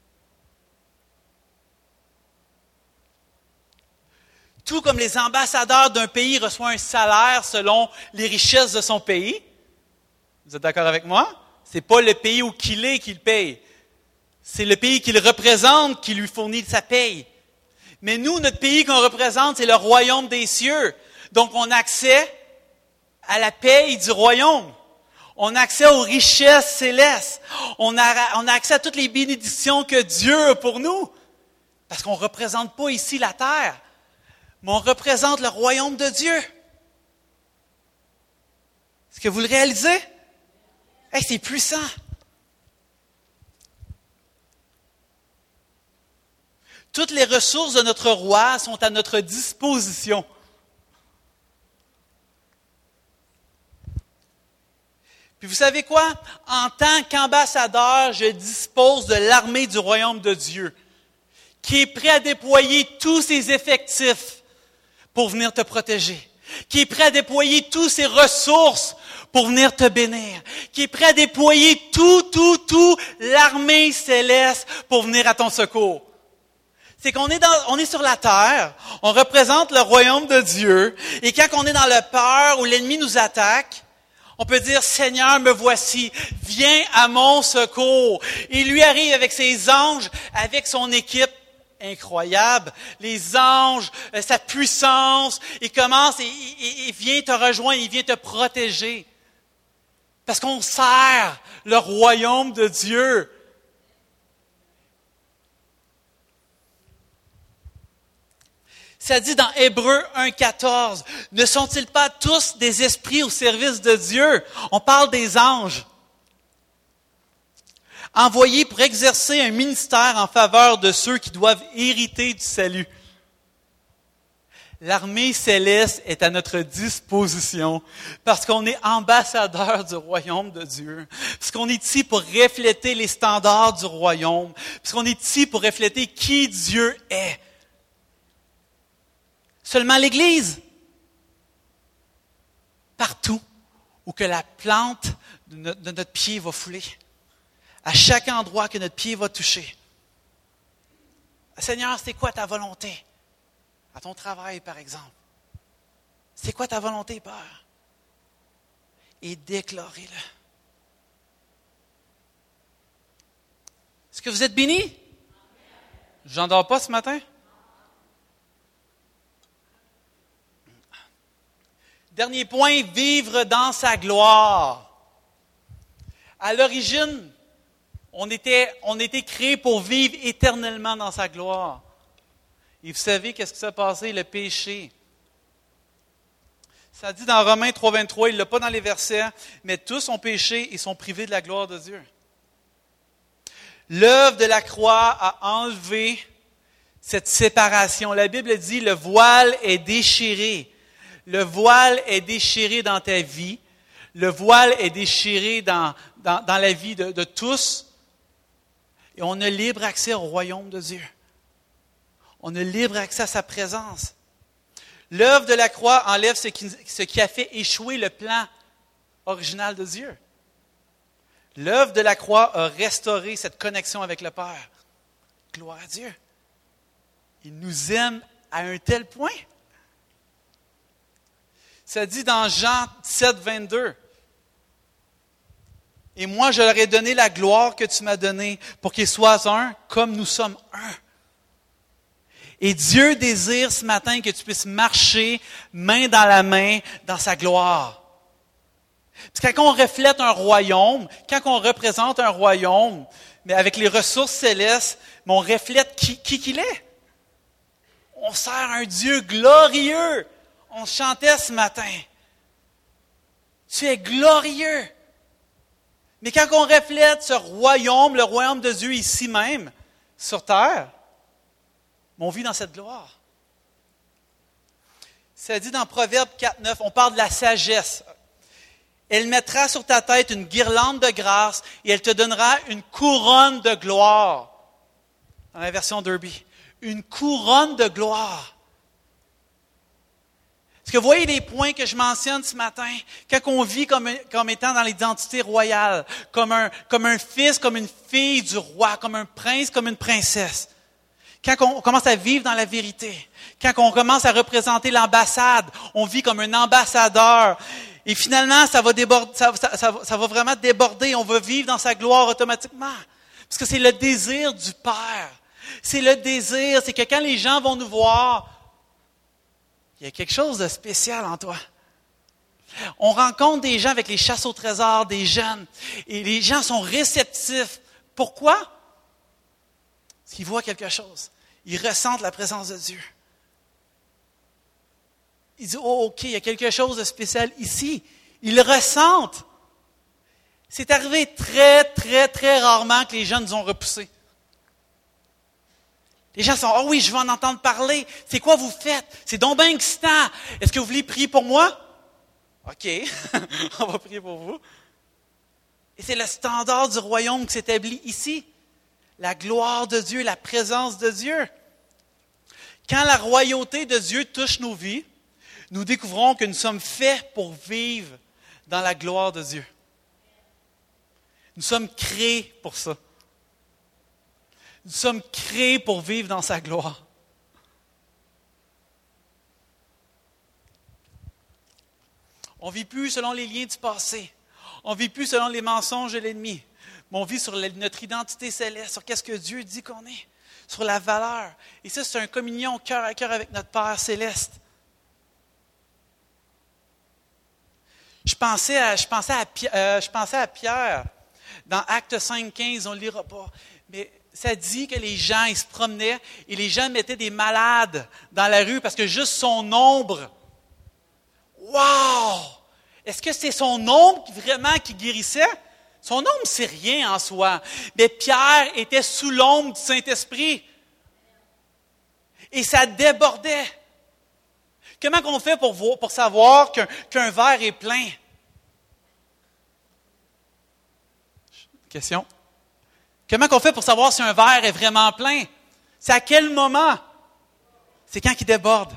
Tout comme les ambassadeurs d'un pays reçoivent un salaire selon les richesses de son pays. Vous êtes d'accord avec moi? Ce n'est pas le pays où il est qui le paye. C'est le pays qu'il représente qui lui fournit sa paye. Mais nous, notre pays qu'on représente, c'est le royaume des cieux. Donc, on a accès à la paye du royaume. On a accès aux richesses célestes. On a, on a accès à toutes les bénédictions que Dieu a pour nous. Parce qu'on ne représente pas ici la terre, mais on représente le royaume de Dieu. Est-ce que vous le réalisez? Hey, c'est puissant. Toutes les ressources de notre roi sont à notre disposition. Puis vous savez quoi? En tant qu'ambassadeur, je dispose de l'armée du royaume de Dieu, qui est prêt à déployer tous ses effectifs pour venir te protéger, qui est prêt à déployer toutes ses ressources pour venir te bénir, qui est prêt à déployer tout, tout, tout l'armée céleste pour venir à ton secours. C'est qu'on est, dans, on est sur la terre, on représente le royaume de Dieu, et quand on est dans la peur où l'ennemi nous attaque, on peut dire, Seigneur, me voici, viens à mon secours. Il lui arrive avec ses anges, avec son équipe incroyable, les anges, sa puissance, il commence, et il vient te rejoindre, il vient te protéger. Parce qu'on sert le royaume de Dieu. Ça dit dans Hébreux un, quatorze, « Ne sont-ils pas tous des esprits au service de Dieu? » On parle des anges. Envoyés pour exercer un ministère en faveur de ceux qui doivent hériter du salut. L'armée céleste est à notre disposition parce qu'on est ambassadeur du royaume de Dieu, parce qu'on est ici pour refléter les standards du royaume, parce qu'on est ici pour refléter qui Dieu est. Seulement l'Église. Partout où que la plante de notre, de notre pied va fouler, à chaque endroit que notre pied va toucher. Seigneur, c'est quoi ta volonté? À ton travail, par exemple. C'est quoi ta volonté, Père? Et déclarez-le. Est-ce que vous êtes bénis? Je n'endors pas ce matin? Dernier point, vivre dans sa gloire. À l'origine, on était, on était créé pour vivre éternellement dans sa gloire. Et vous savez qu'est-ce qui s'est passé? Le péché. Ça dit dans Romains trois, vingt-trois, il ne l'a pas dans les versets, mais tous ont péché et sont privés de la gloire de Dieu. L'œuvre de la croix a enlevé cette séparation. La Bible dit, le voile est déchiré. Le voile est déchiré dans ta vie. Le voile est déchiré dans, dans, dans la vie de, de tous. Et on a libre accès au royaume de Dieu. On a libre accès à sa présence. L'œuvre de la croix enlève ce qui, ce qui a fait échouer le plan original de Dieu. L'œuvre de la croix a restauré cette connexion avec le Père. Gloire à Dieu. Il nous aime à un tel point. Ça dit dans Jean sept, vingt-deux. « Et moi, je leur ai donné la gloire que tu m'as donnée pour qu'ils soient un comme nous sommes un. » Et Dieu désire ce matin que tu puisses marcher main dans la main dans sa gloire. Parce que quand on reflète un royaume, quand on représente un royaume, mais avec les ressources célestes, mais on reflète qui, qui qu'il est. On sert un Dieu glorieux. On chantait ce matin. Tu es glorieux. Mais quand on reflète ce royaume, le royaume de Dieu ici même, sur terre, on vit dans cette gloire. Ça dit dans Proverbe quatre, neuf, on parle de la sagesse. Elle mettra sur ta tête une guirlande de grâce et elle te donnera une couronne de gloire. Dans la version Derby. Une couronne de gloire. Est-ce que vous voyez les points que je mentionne ce matin? Quand on vit comme, comme étant dans l'identité royale, comme un, comme un fils, comme une fille du roi, comme un prince, comme une princesse. Quand on commence à vivre dans la vérité, quand on commence à représenter l'ambassade, on vit comme un ambassadeur. Et finalement, ça va, déborder, ça, ça, ça, ça va vraiment déborder. On va vivre dans sa gloire automatiquement. Parce que c'est le désir du Père. C'est le désir, c'est que quand les gens vont nous voir, il y a quelque chose de spécial en toi. On rencontre des gens avec les chasses au trésor, des jeunes, et les gens sont réceptifs. Pourquoi? Parce qu'ils voient quelque chose. Ils ressentent la présence de Dieu. Ils disent, oh, OK, il y a quelque chose de spécial ici. Ils le ressentent. C'est arrivé très, très, très rarement que les jeunes nous ont repoussés. Les gens sont, oh oui, je veux en entendre parler. C'est quoi vous faites? C'est donc bien excitant. Est-ce que vous voulez prier pour moi? OK, on va prier pour vous. Et c'est le standard du royaume qui s'établit ici. La gloire de Dieu, la présence de Dieu. Quand la royauté de Dieu touche nos vies, nous découvrons que nous sommes faits pour vivre dans la gloire de Dieu. Nous sommes créés pour ça. Nous sommes créés pour vivre dans sa gloire. On ne vit plus selon les liens du passé. On ne vit plus selon les mensonges de l'ennemi. Mais on vit sur notre identité céleste, sur qu'est-ce que Dieu dit qu'on est, sur la valeur. Et ça, c'est une communion cœur à cœur avec notre Père céleste. Je pensais à, je pensais à, euh, je pensais à Pierre. Dans Actes cinq, quinze, on ne le lira pas. Mais ça dit que les gens, ils se promenaient et les gens mettaient des malades dans la rue parce que juste son ombre. Wow! Est-ce que c'est son ombre qui, vraiment qui guérissait? Son ombre, c'est rien en soi. Mais Pierre était sous l'ombre du Saint-Esprit. Et ça débordait. Comment on fait pour, voir, pour savoir qu'un, qu'un verre est plein? Question. Comment on fait pour savoir si un verre est vraiment plein? C'est à quel moment? C'est quand il déborde.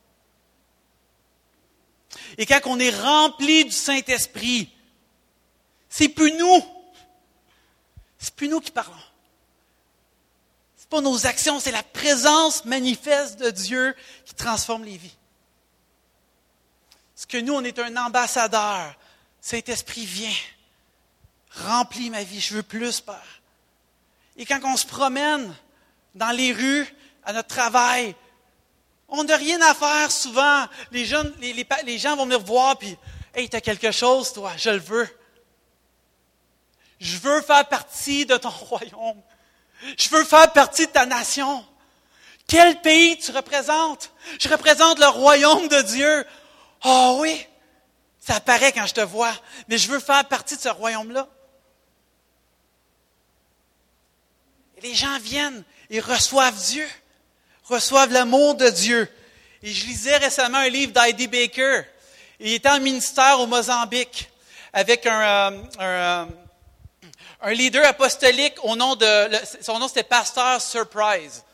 Et quand on est rempli du Saint-Esprit, c'est plus nous. C'est plus nous qui parlons. C'est pas nos actions, c'est la présence manifeste de Dieu qui transforme les vies. Parce que nous, on est un ambassadeur. Saint-Esprit, viens. Remplis ma vie, je veux plus, Père. Et quand on se promène dans les rues, à notre travail, on n'a rien à faire souvent. Les, jeunes, les, les, les gens vont venir voir, puis « Hey, tu as quelque chose, toi, je le veux. Je veux faire partie de ton royaume. Je veux faire partie de ta nation. Quel pays tu représentes? Je représente le royaume de Dieu. Oh oui, ça apparaît quand je te vois, mais je veux faire partie de ce royaume-là. » Et les gens viennent et reçoivent Dieu. reçoivent l'amour de Dieu. Et je lisais récemment un livre d'Heidi D. Baker. Il était en ministère au Mozambique avec un, euh, un, euh, un leader apostolique au nom de... Le, son nom, c'était Pasteur Surprise.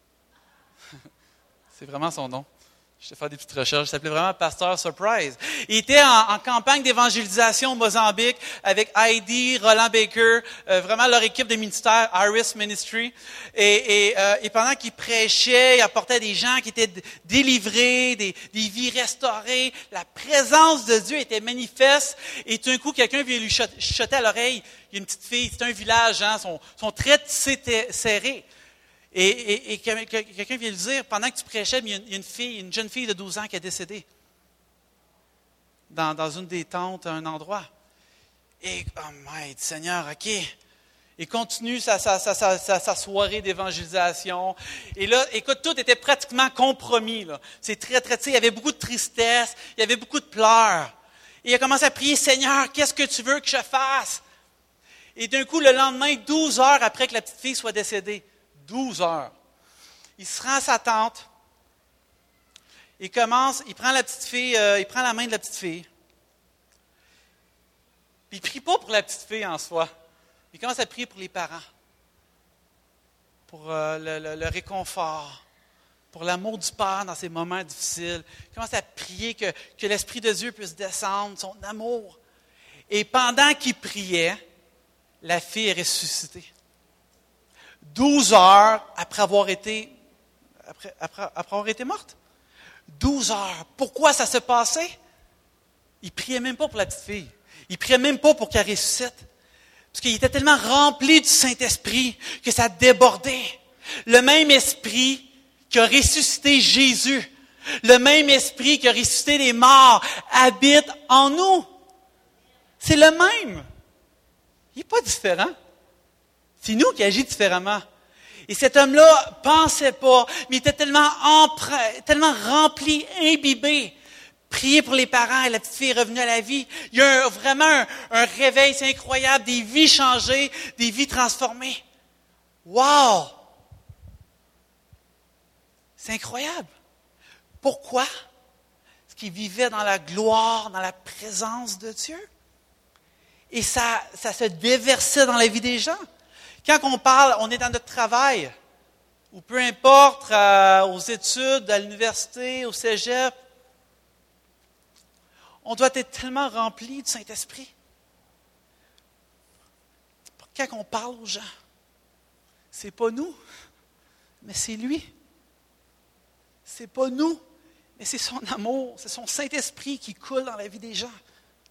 C'est vraiment son nom. Je vais faire des petites recherches. Il s'appelait vraiment Pasteur Surprise. Il était en, en campagne d'évangélisation au Mozambique avec Heidi, Roland Baker, euh, vraiment leur équipe de ministère, Iris Ministry. Et, et, euh, et pendant qu'il prêchait, il apportait des gens qui étaient délivrés, des, des vies restaurées. La présence de Dieu était manifeste. Et tout d'un coup, quelqu'un vient lui chuchoter à l'oreille. Il y a une petite fille, c'est un village, hein, son, son trait serré. Et, et, et quelqu'un vient lui dire, pendant que tu prêchais, il y a une, une fille, une jeune fille de douze ans qui est décédée dans, dans une des tentes à un endroit. Et, oh my Seigneur, OK. Il continue sa, sa, sa, sa, sa soirée d'évangélisation. Et là, écoute, tout était pratiquement compromis. Là. C'est très, très, tu sais, il y avait beaucoup de tristesse, il y avait beaucoup de pleurs. Et il a commencé à prier, Seigneur, qu'est-ce que tu veux que je fasse? Et d'un coup, le lendemain, douze heures après que la petite fille soit décédée, douze heures. Il se rend à sa tente. Il commence, il prend la petite fille, euh, il prend la main de la petite fille. Puis il ne prie pas pour la petite fille en soi. Il commence à prier pour les parents. Pour euh, le, le, le réconfort. Pour l'amour du Père dans ces moments difficiles. Il commence à prier que, que l'Esprit de Dieu puisse descendre, son amour. Et pendant qu'il priait, la fille est ressuscitée. Douze heures après avoir été, après, après, après avoir été morte. Douze heures. Pourquoi ça se passait? Il ne priait même pas pour la petite fille. Il ne priait même pas pour qu'elle ressuscite. Parce qu'il était tellement rempli du Saint-Esprit que ça débordait. Le même esprit qui a ressuscité Jésus, le même esprit qui a ressuscité les morts, habite en nous. C'est le même. Il n'est pas différent. C'est nous qui agissons différemment. Et cet homme-là pensait pas, mais il était tellement emprunt, tellement rempli, imbibé. Prier pour les parents et la petite fille est revenue à la vie. Il y a un, vraiment un, un réveil, c'est incroyable, des vies changées, des vies transformées. Wow! C'est incroyable. Pourquoi? Parce qu'il vivait dans la gloire, dans la présence de Dieu. Et ça, ça se déversait dans la vie des gens. Quand on parle, on est dans notre travail, ou peu importe, euh, aux études, à l'université, au cégep, on doit être tellement rempli du Saint-Esprit. Quand on parle aux gens, c'est pas nous, mais c'est lui. C'est pas nous, mais c'est son amour, c'est son Saint-Esprit qui coule dans la vie des gens.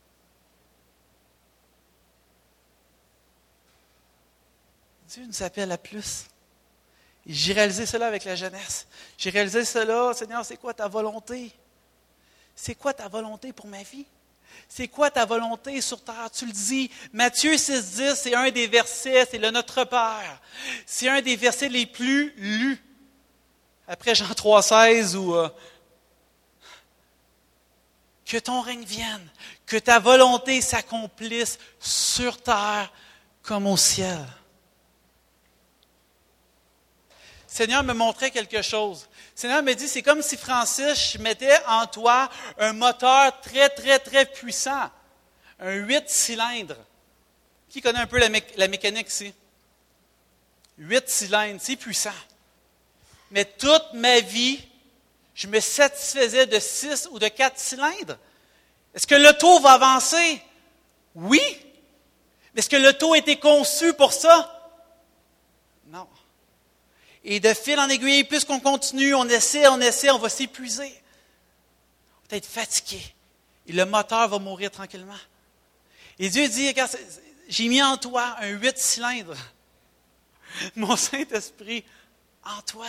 Dieu nous appelle à plus. Et j'ai réalisé cela avec la jeunesse. J'ai réalisé cela, Seigneur, c'est quoi ta volonté? C'est quoi ta volonté pour ma vie? C'est quoi ta volonté sur terre? Tu le dis, Matthieu six dix, c'est un des versets, c'est le Notre Père. C'est un des versets les plus lus. Après Jean trois seize, où euh, que ton règne vienne, que ta volonté s'accomplisse sur terre comme au ciel. Le Seigneur me montrait quelque chose. Le Seigneur me dit, c'est comme si Francis mettait en toi un moteur très, très, très puissant. Un huit cylindres. Qui connaît un peu la, mé- la mécanique ici? Huit cylindres, c'est puissant. Mais toute ma vie, je me satisfaisais de six ou de quatre cylindres. Est-ce que l'auto va avancer? Oui. Mais est-ce que l'auto a été conçu pour ça? Non. Et de fil en aiguille, plus qu'on continue, on essaie, on essaie, on va s'épuiser. On va être fatigué. Et le moteur va mourir tranquillement. Et Dieu dit, regarde, j'ai mis en toi un huit cylindres. Mon Saint-Esprit en toi.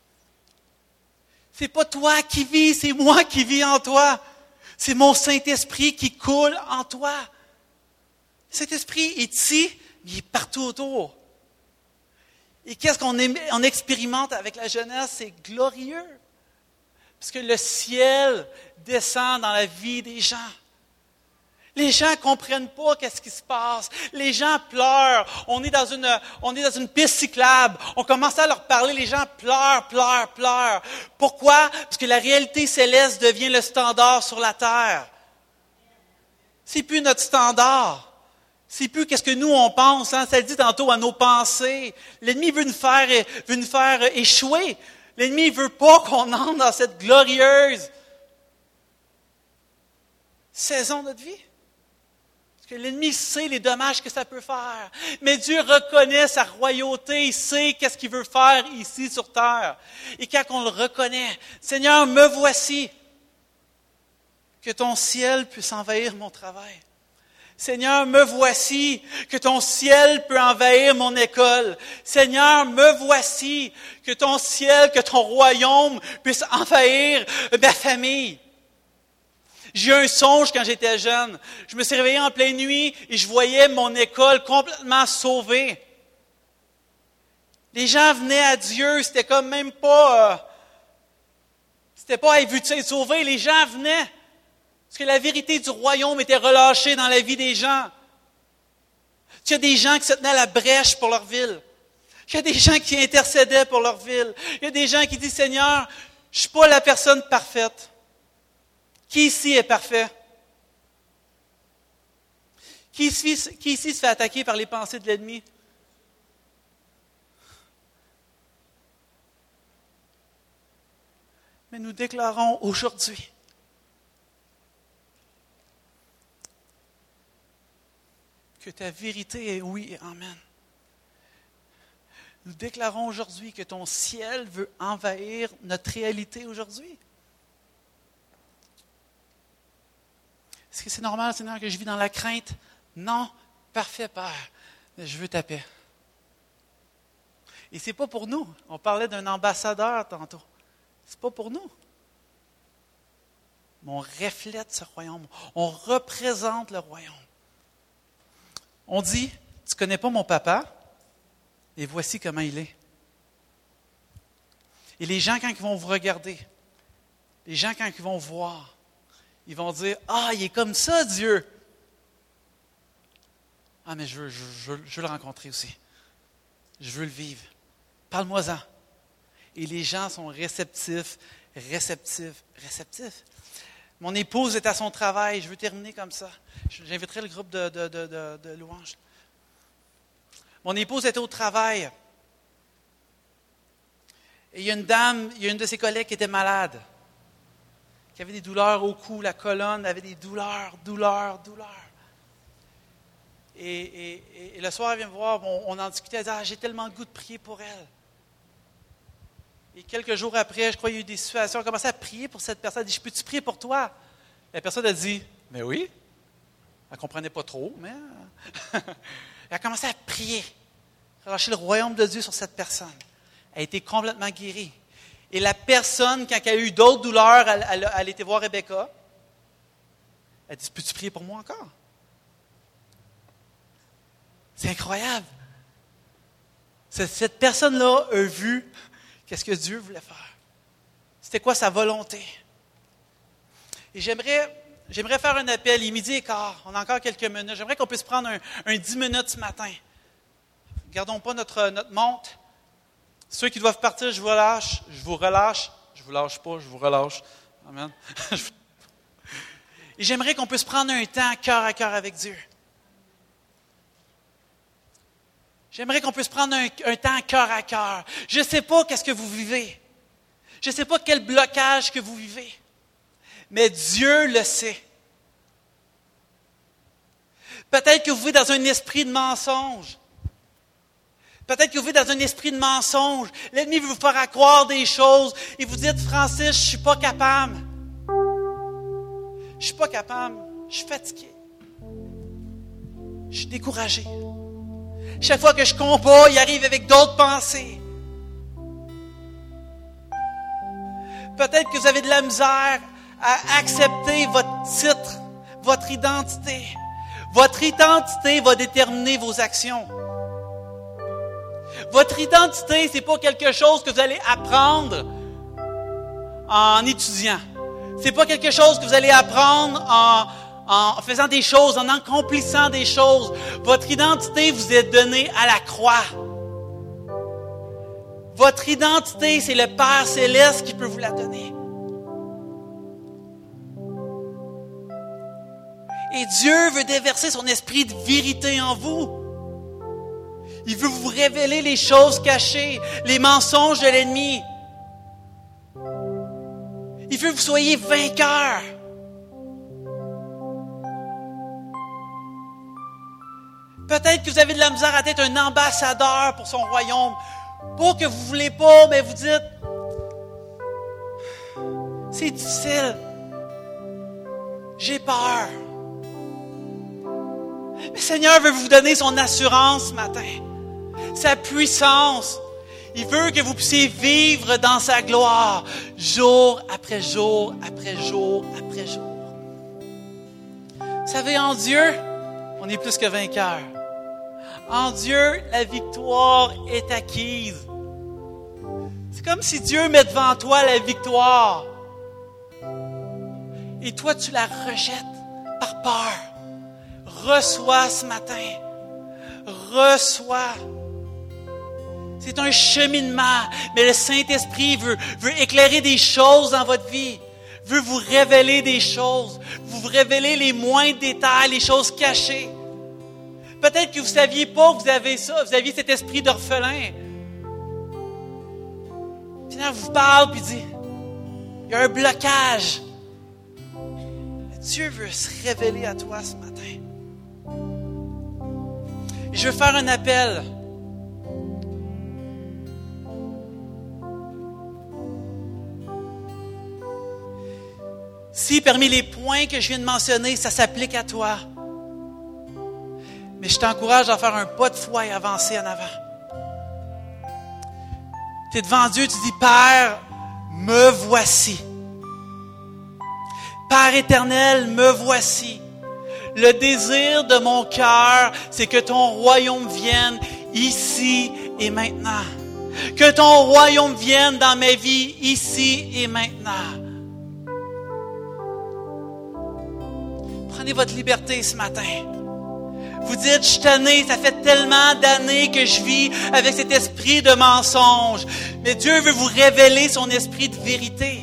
C'est pas toi qui vis, c'est moi qui vis en toi. C'est mon Saint-Esprit qui coule en toi. Le Saint-Esprit est ici, mais il est partout autour. Et qu'est-ce qu'on on expérimente avec la jeunesse? C'est glorieux. Parce que le ciel descend dans la vie des gens. Les gens comprennent pas qu'est-ce qui se passe. Les gens pleurent. On est dans une, on est dans une piste cyclable. On commence à leur parler. Les gens pleurent, pleurent, pleurent. Pourquoi? Parce que la réalité céleste devient le standard sur la terre. C'est plus notre standard. C'est plus qu'est-ce que nous on pense. Hein? Ça le dit tantôt à nos pensées. L'ennemi veut nous faire, veut nous faire échouer. L'ennemi veut pas qu'on entre dans cette glorieuse saison de notre vie. Que l'ennemi sait les dommages que ça peut faire. Mais Dieu reconnaît sa royauté, il sait qu'est-ce qu'il veut faire ici sur terre. Et quand on le reconnaît, Seigneur, me voici, que ton ciel puisse envahir mon travail. Seigneur, me voici, que ton ciel peut envahir mon école. Seigneur, me voici, que ton ciel, que ton royaume puisse envahir ma famille. J'ai eu un songe quand j'étais jeune. Je me suis réveillé en pleine nuit et je voyais mon école complètement sauvée. Les gens venaient à Dieu, c'était comme même pas... Euh, c'était pas « Hey, veux-tu être sauvé? » Les gens venaient. Parce que la vérité du royaume était relâchée dans la vie des gens. Il y a des gens qui se tenaient à la brèche pour leur ville. Il y a des gens qui intercédaient pour leur ville. Il y a des gens qui disent « Seigneur, je ne suis pas la personne parfaite. » Qui ici est parfait? Qui ici, qui ici se fait attaquer par les pensées de l'ennemi? Mais nous déclarons aujourd'hui que ta vérité est oui et amen. Nous déclarons aujourd'hui que ton ciel veut envahir notre réalité aujourd'hui. Est-ce que c'est normal, Seigneur, que je vis dans la crainte? Non, parfait, Père, mais je veux ta paix. Et ce n'est pas pour nous. On parlait d'un ambassadeur tantôt. Ce n'est pas pour nous. Mais on reflète ce royaume. On représente le royaume. On dit, tu ne connais pas mon papa, et voici comment il est. Et les gens, quand ils vont vous regarder, les gens, quand ils vont voir, ils vont dire, « Ah, il est comme ça, Dieu! » Ah, mais je veux, je, veux, je veux le rencontrer aussi. Je veux le vivre. Parle-moi-en. Et les gens sont réceptifs, réceptifs, réceptifs. Mon épouse est à son travail. Je veux terminer comme ça. J'inviterai le groupe de, de, de, de, de louanges. Mon épouse était au travail. Et il y a une dame, il y a une de ses collègues qui était malade. Qui avait des douleurs au cou, la colonne avait des douleurs, douleurs, douleurs. Et, et, et le soir, elle vient me voir, on, on en discutait, elle dit, ah, j'ai tellement le goût de prier pour elle. Et quelques jours après, je crois qu'il y a eu des situations, on a commencé à prier pour cette personne. Elle dit, je peux-tu prier pour toi? La personne a dit, mais oui. Elle ne comprenait pas trop, mais... elle a commencé à prier, relâcher le royaume de Dieu sur cette personne. Elle a été complètement guérie. Et la personne, quand elle a eu d'autres douleurs, elle, elle, elle était voir Rebecca. Elle dit, peux-tu prier pour moi encore? C'est incroyable. Cette personne-là a vu qu'est-ce que Dieu voulait faire. C'était quoi sa volonté? Et j'aimerais, j'aimerais faire un appel, il est midi et quart, on a encore quelques minutes. J'aimerais qu'on puisse prendre un, un dix minutes ce matin. Gardons pas notre, notre montre. Ceux qui doivent partir, je vous relâche, je vous relâche. Je ne vous lâche pas, je vous relâche. Amen. Et j'aimerais qu'on puisse prendre un temps cœur à cœur avec Dieu. J'aimerais qu'on puisse prendre un, un temps cœur à cœur. Je ne sais pas qu'est-ce que vous vivez. Je ne sais pas quel blocage que vous vivez. Mais Dieu le sait. Peut-être que vous vivez dans un esprit de mensonge. Peut-être que vous vivez dans un esprit de mensonge. L'ennemi veut vous faire croire des choses. Et vous dites, Francis, je ne suis pas capable. Je ne suis pas capable. Je suis fatigué. Je suis découragé. Chaque fois que je combats, il arrive avec d'autres pensées. Peut-être que vous avez de la misère à accepter votre titre, votre identité. Votre identité va déterminer vos actions. Votre identité, ce n'est pas quelque chose que vous allez apprendre en étudiant. Ce n'est pas quelque chose que vous allez apprendre en, en faisant des choses, en accomplissant des choses. Votre identité vous est donnée à la croix. Votre identité, c'est le Père Céleste qui peut vous la donner. Et Dieu veut déverser son esprit de vérité en vous. Il veut vous révéler les choses cachées, les mensonges de l'ennemi. Il veut que vous soyez vainqueurs. Peut-être que vous avez de la misère à être un ambassadeur pour son royaume. Pas que vous ne voulez pas, mais vous dites, c'est difficile. J'ai peur. Mais le Seigneur veut vous donner son assurance ce matin, sa puissance. Il veut que vous puissiez vivre dans sa gloire, jour après jour, après jour, après jour. Vous savez, en Dieu, on est plus que vainqueurs. En Dieu, la victoire est acquise. C'est comme si Dieu met devant toi la victoire. Et toi, tu la rejettes par peur. Reçois ce matin. Reçois. C'est un cheminement, mais le Saint-Esprit veut, veut éclairer des choses dans votre vie, veut vous révéler des choses, vous révéler les moindres détails, les choses cachées. Peut-être que vous ne saviez pas que vous avez ça, vous aviez cet esprit d'orphelin. Puis là, vous parle puis dit, il y a un blocage. Mais Dieu veut se révéler à toi ce matin. Et je veux faire un appel. Si parmi les points que je viens de mentionner, ça s'applique à toi, mais je t'encourage à faire un pas de foi et avancer en avant. Tu es devant Dieu, tu dis, Père, me voici. Père éternel, me voici. Le désir de mon cœur, c'est que ton royaume vienne ici et maintenant. Que ton royaume vienne dans ma vie ici et maintenant. Prenez votre liberté ce matin. Vous dites, je suis tanné, ça fait tellement d'années que je vis avec cet esprit de mensonge. Mais Dieu veut vous révéler son esprit de vérité.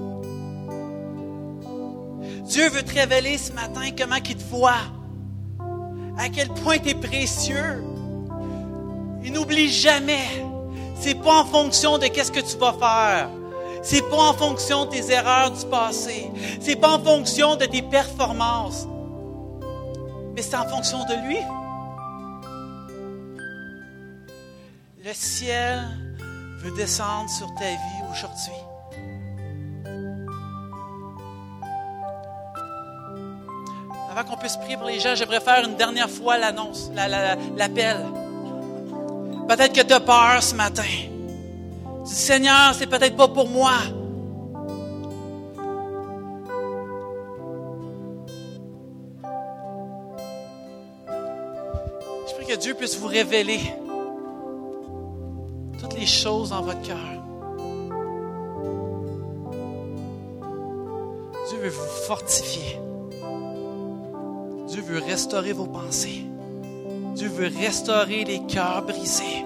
Dieu veut te révéler ce matin comment il te voit. À quel point tu es précieux. Et n'oublie jamais, c'est pas en fonction de qu'est-ce que tu vas faire. C'est pas en fonction de tes erreurs du passé. C'est pas en fonction de tes performances. Mais c'est en fonction de lui. Le ciel veut descendre sur ta vie aujourd'hui. Avant qu'on puisse prier pour les gens, j'aimerais faire une dernière fois l'annonce, la, la, l'appel. Peut-être que tu as peur ce matin. Tu dis, Seigneur, c'est peut-être pas pour moi. Je prie que Dieu puisse vous révéler toutes les choses dans votre cœur. Dieu veut vous fortifier. Dieu veut restaurer vos pensées. Dieu veut restaurer les cœurs brisés.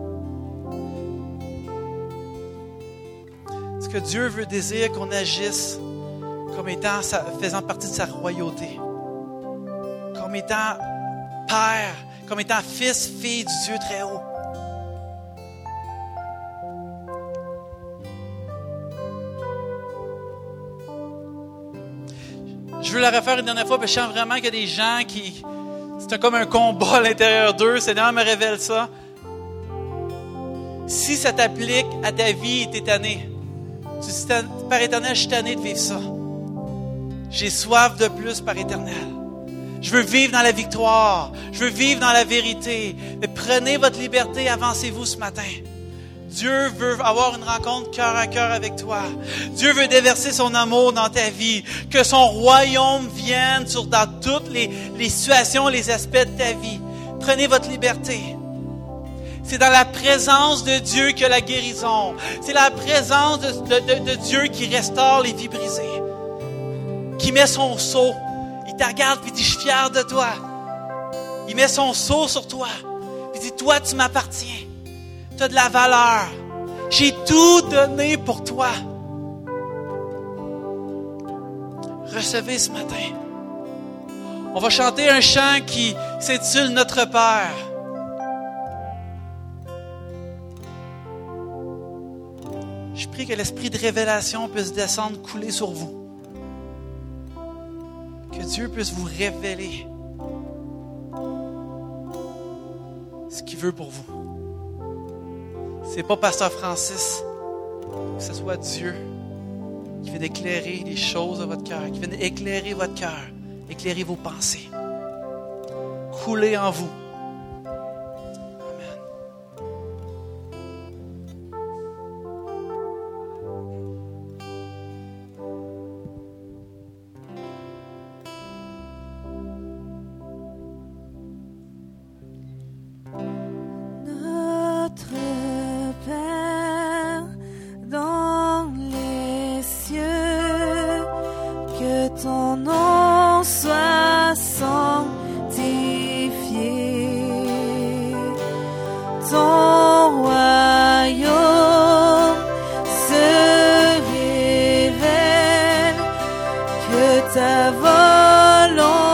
Ce que Dieu veut désire qu'on agisse comme étant, faisant partie de sa royauté. Comme étant Père, comme étant fils, fille du Dieu très haut. Je veux la refaire une dernière fois, parce que je sens vraiment qu'il y a des gens qui... C'est comme un combat à l'intérieur d'eux. Seigneur me révèle ça. Si ça t'applique à ta vie, t'es tanné. Tu dis, Père éternel, je suis tanné de vivre ça. J'ai soif de plus, Père éternel. Je veux vivre dans la victoire. Je veux vivre dans la vérité. Mais prenez votre liberté, avancez-vous ce matin. Dieu veut avoir une rencontre cœur à cœur avec toi. Dieu veut déverser son amour dans ta vie. Que son royaume vienne sur, dans toutes les, les situations, les aspects de ta vie. Prenez votre liberté. C'est dans la présence de Dieu qu'il y a la guérison. C'est la présence de, de, de, de Dieu qui restaure les vies brisées. Qui met son sceau. Il Il te regarde et il dit, je suis fier de toi. Il met son sceau sur toi. Il dit, toi, tu m'appartiens. Tu as de la valeur. J'ai tout donné pour toi. Recevez ce matin. On va chanter un chant qui s'intitule Notre Père. Je prie que l'esprit de révélation puisse descendre, couler sur vous. Que Dieu puisse vous révéler ce qu'il veut pour vous. C'est pas Pasteur Francis, que ce soit Dieu qui vient d'éclairer les choses de votre cœur, qui vient d'éclairer votre cœur, éclairer vos pensées, couler en vous. Ton nom soit sanctifié, ton royaume se révèle, que ta volonté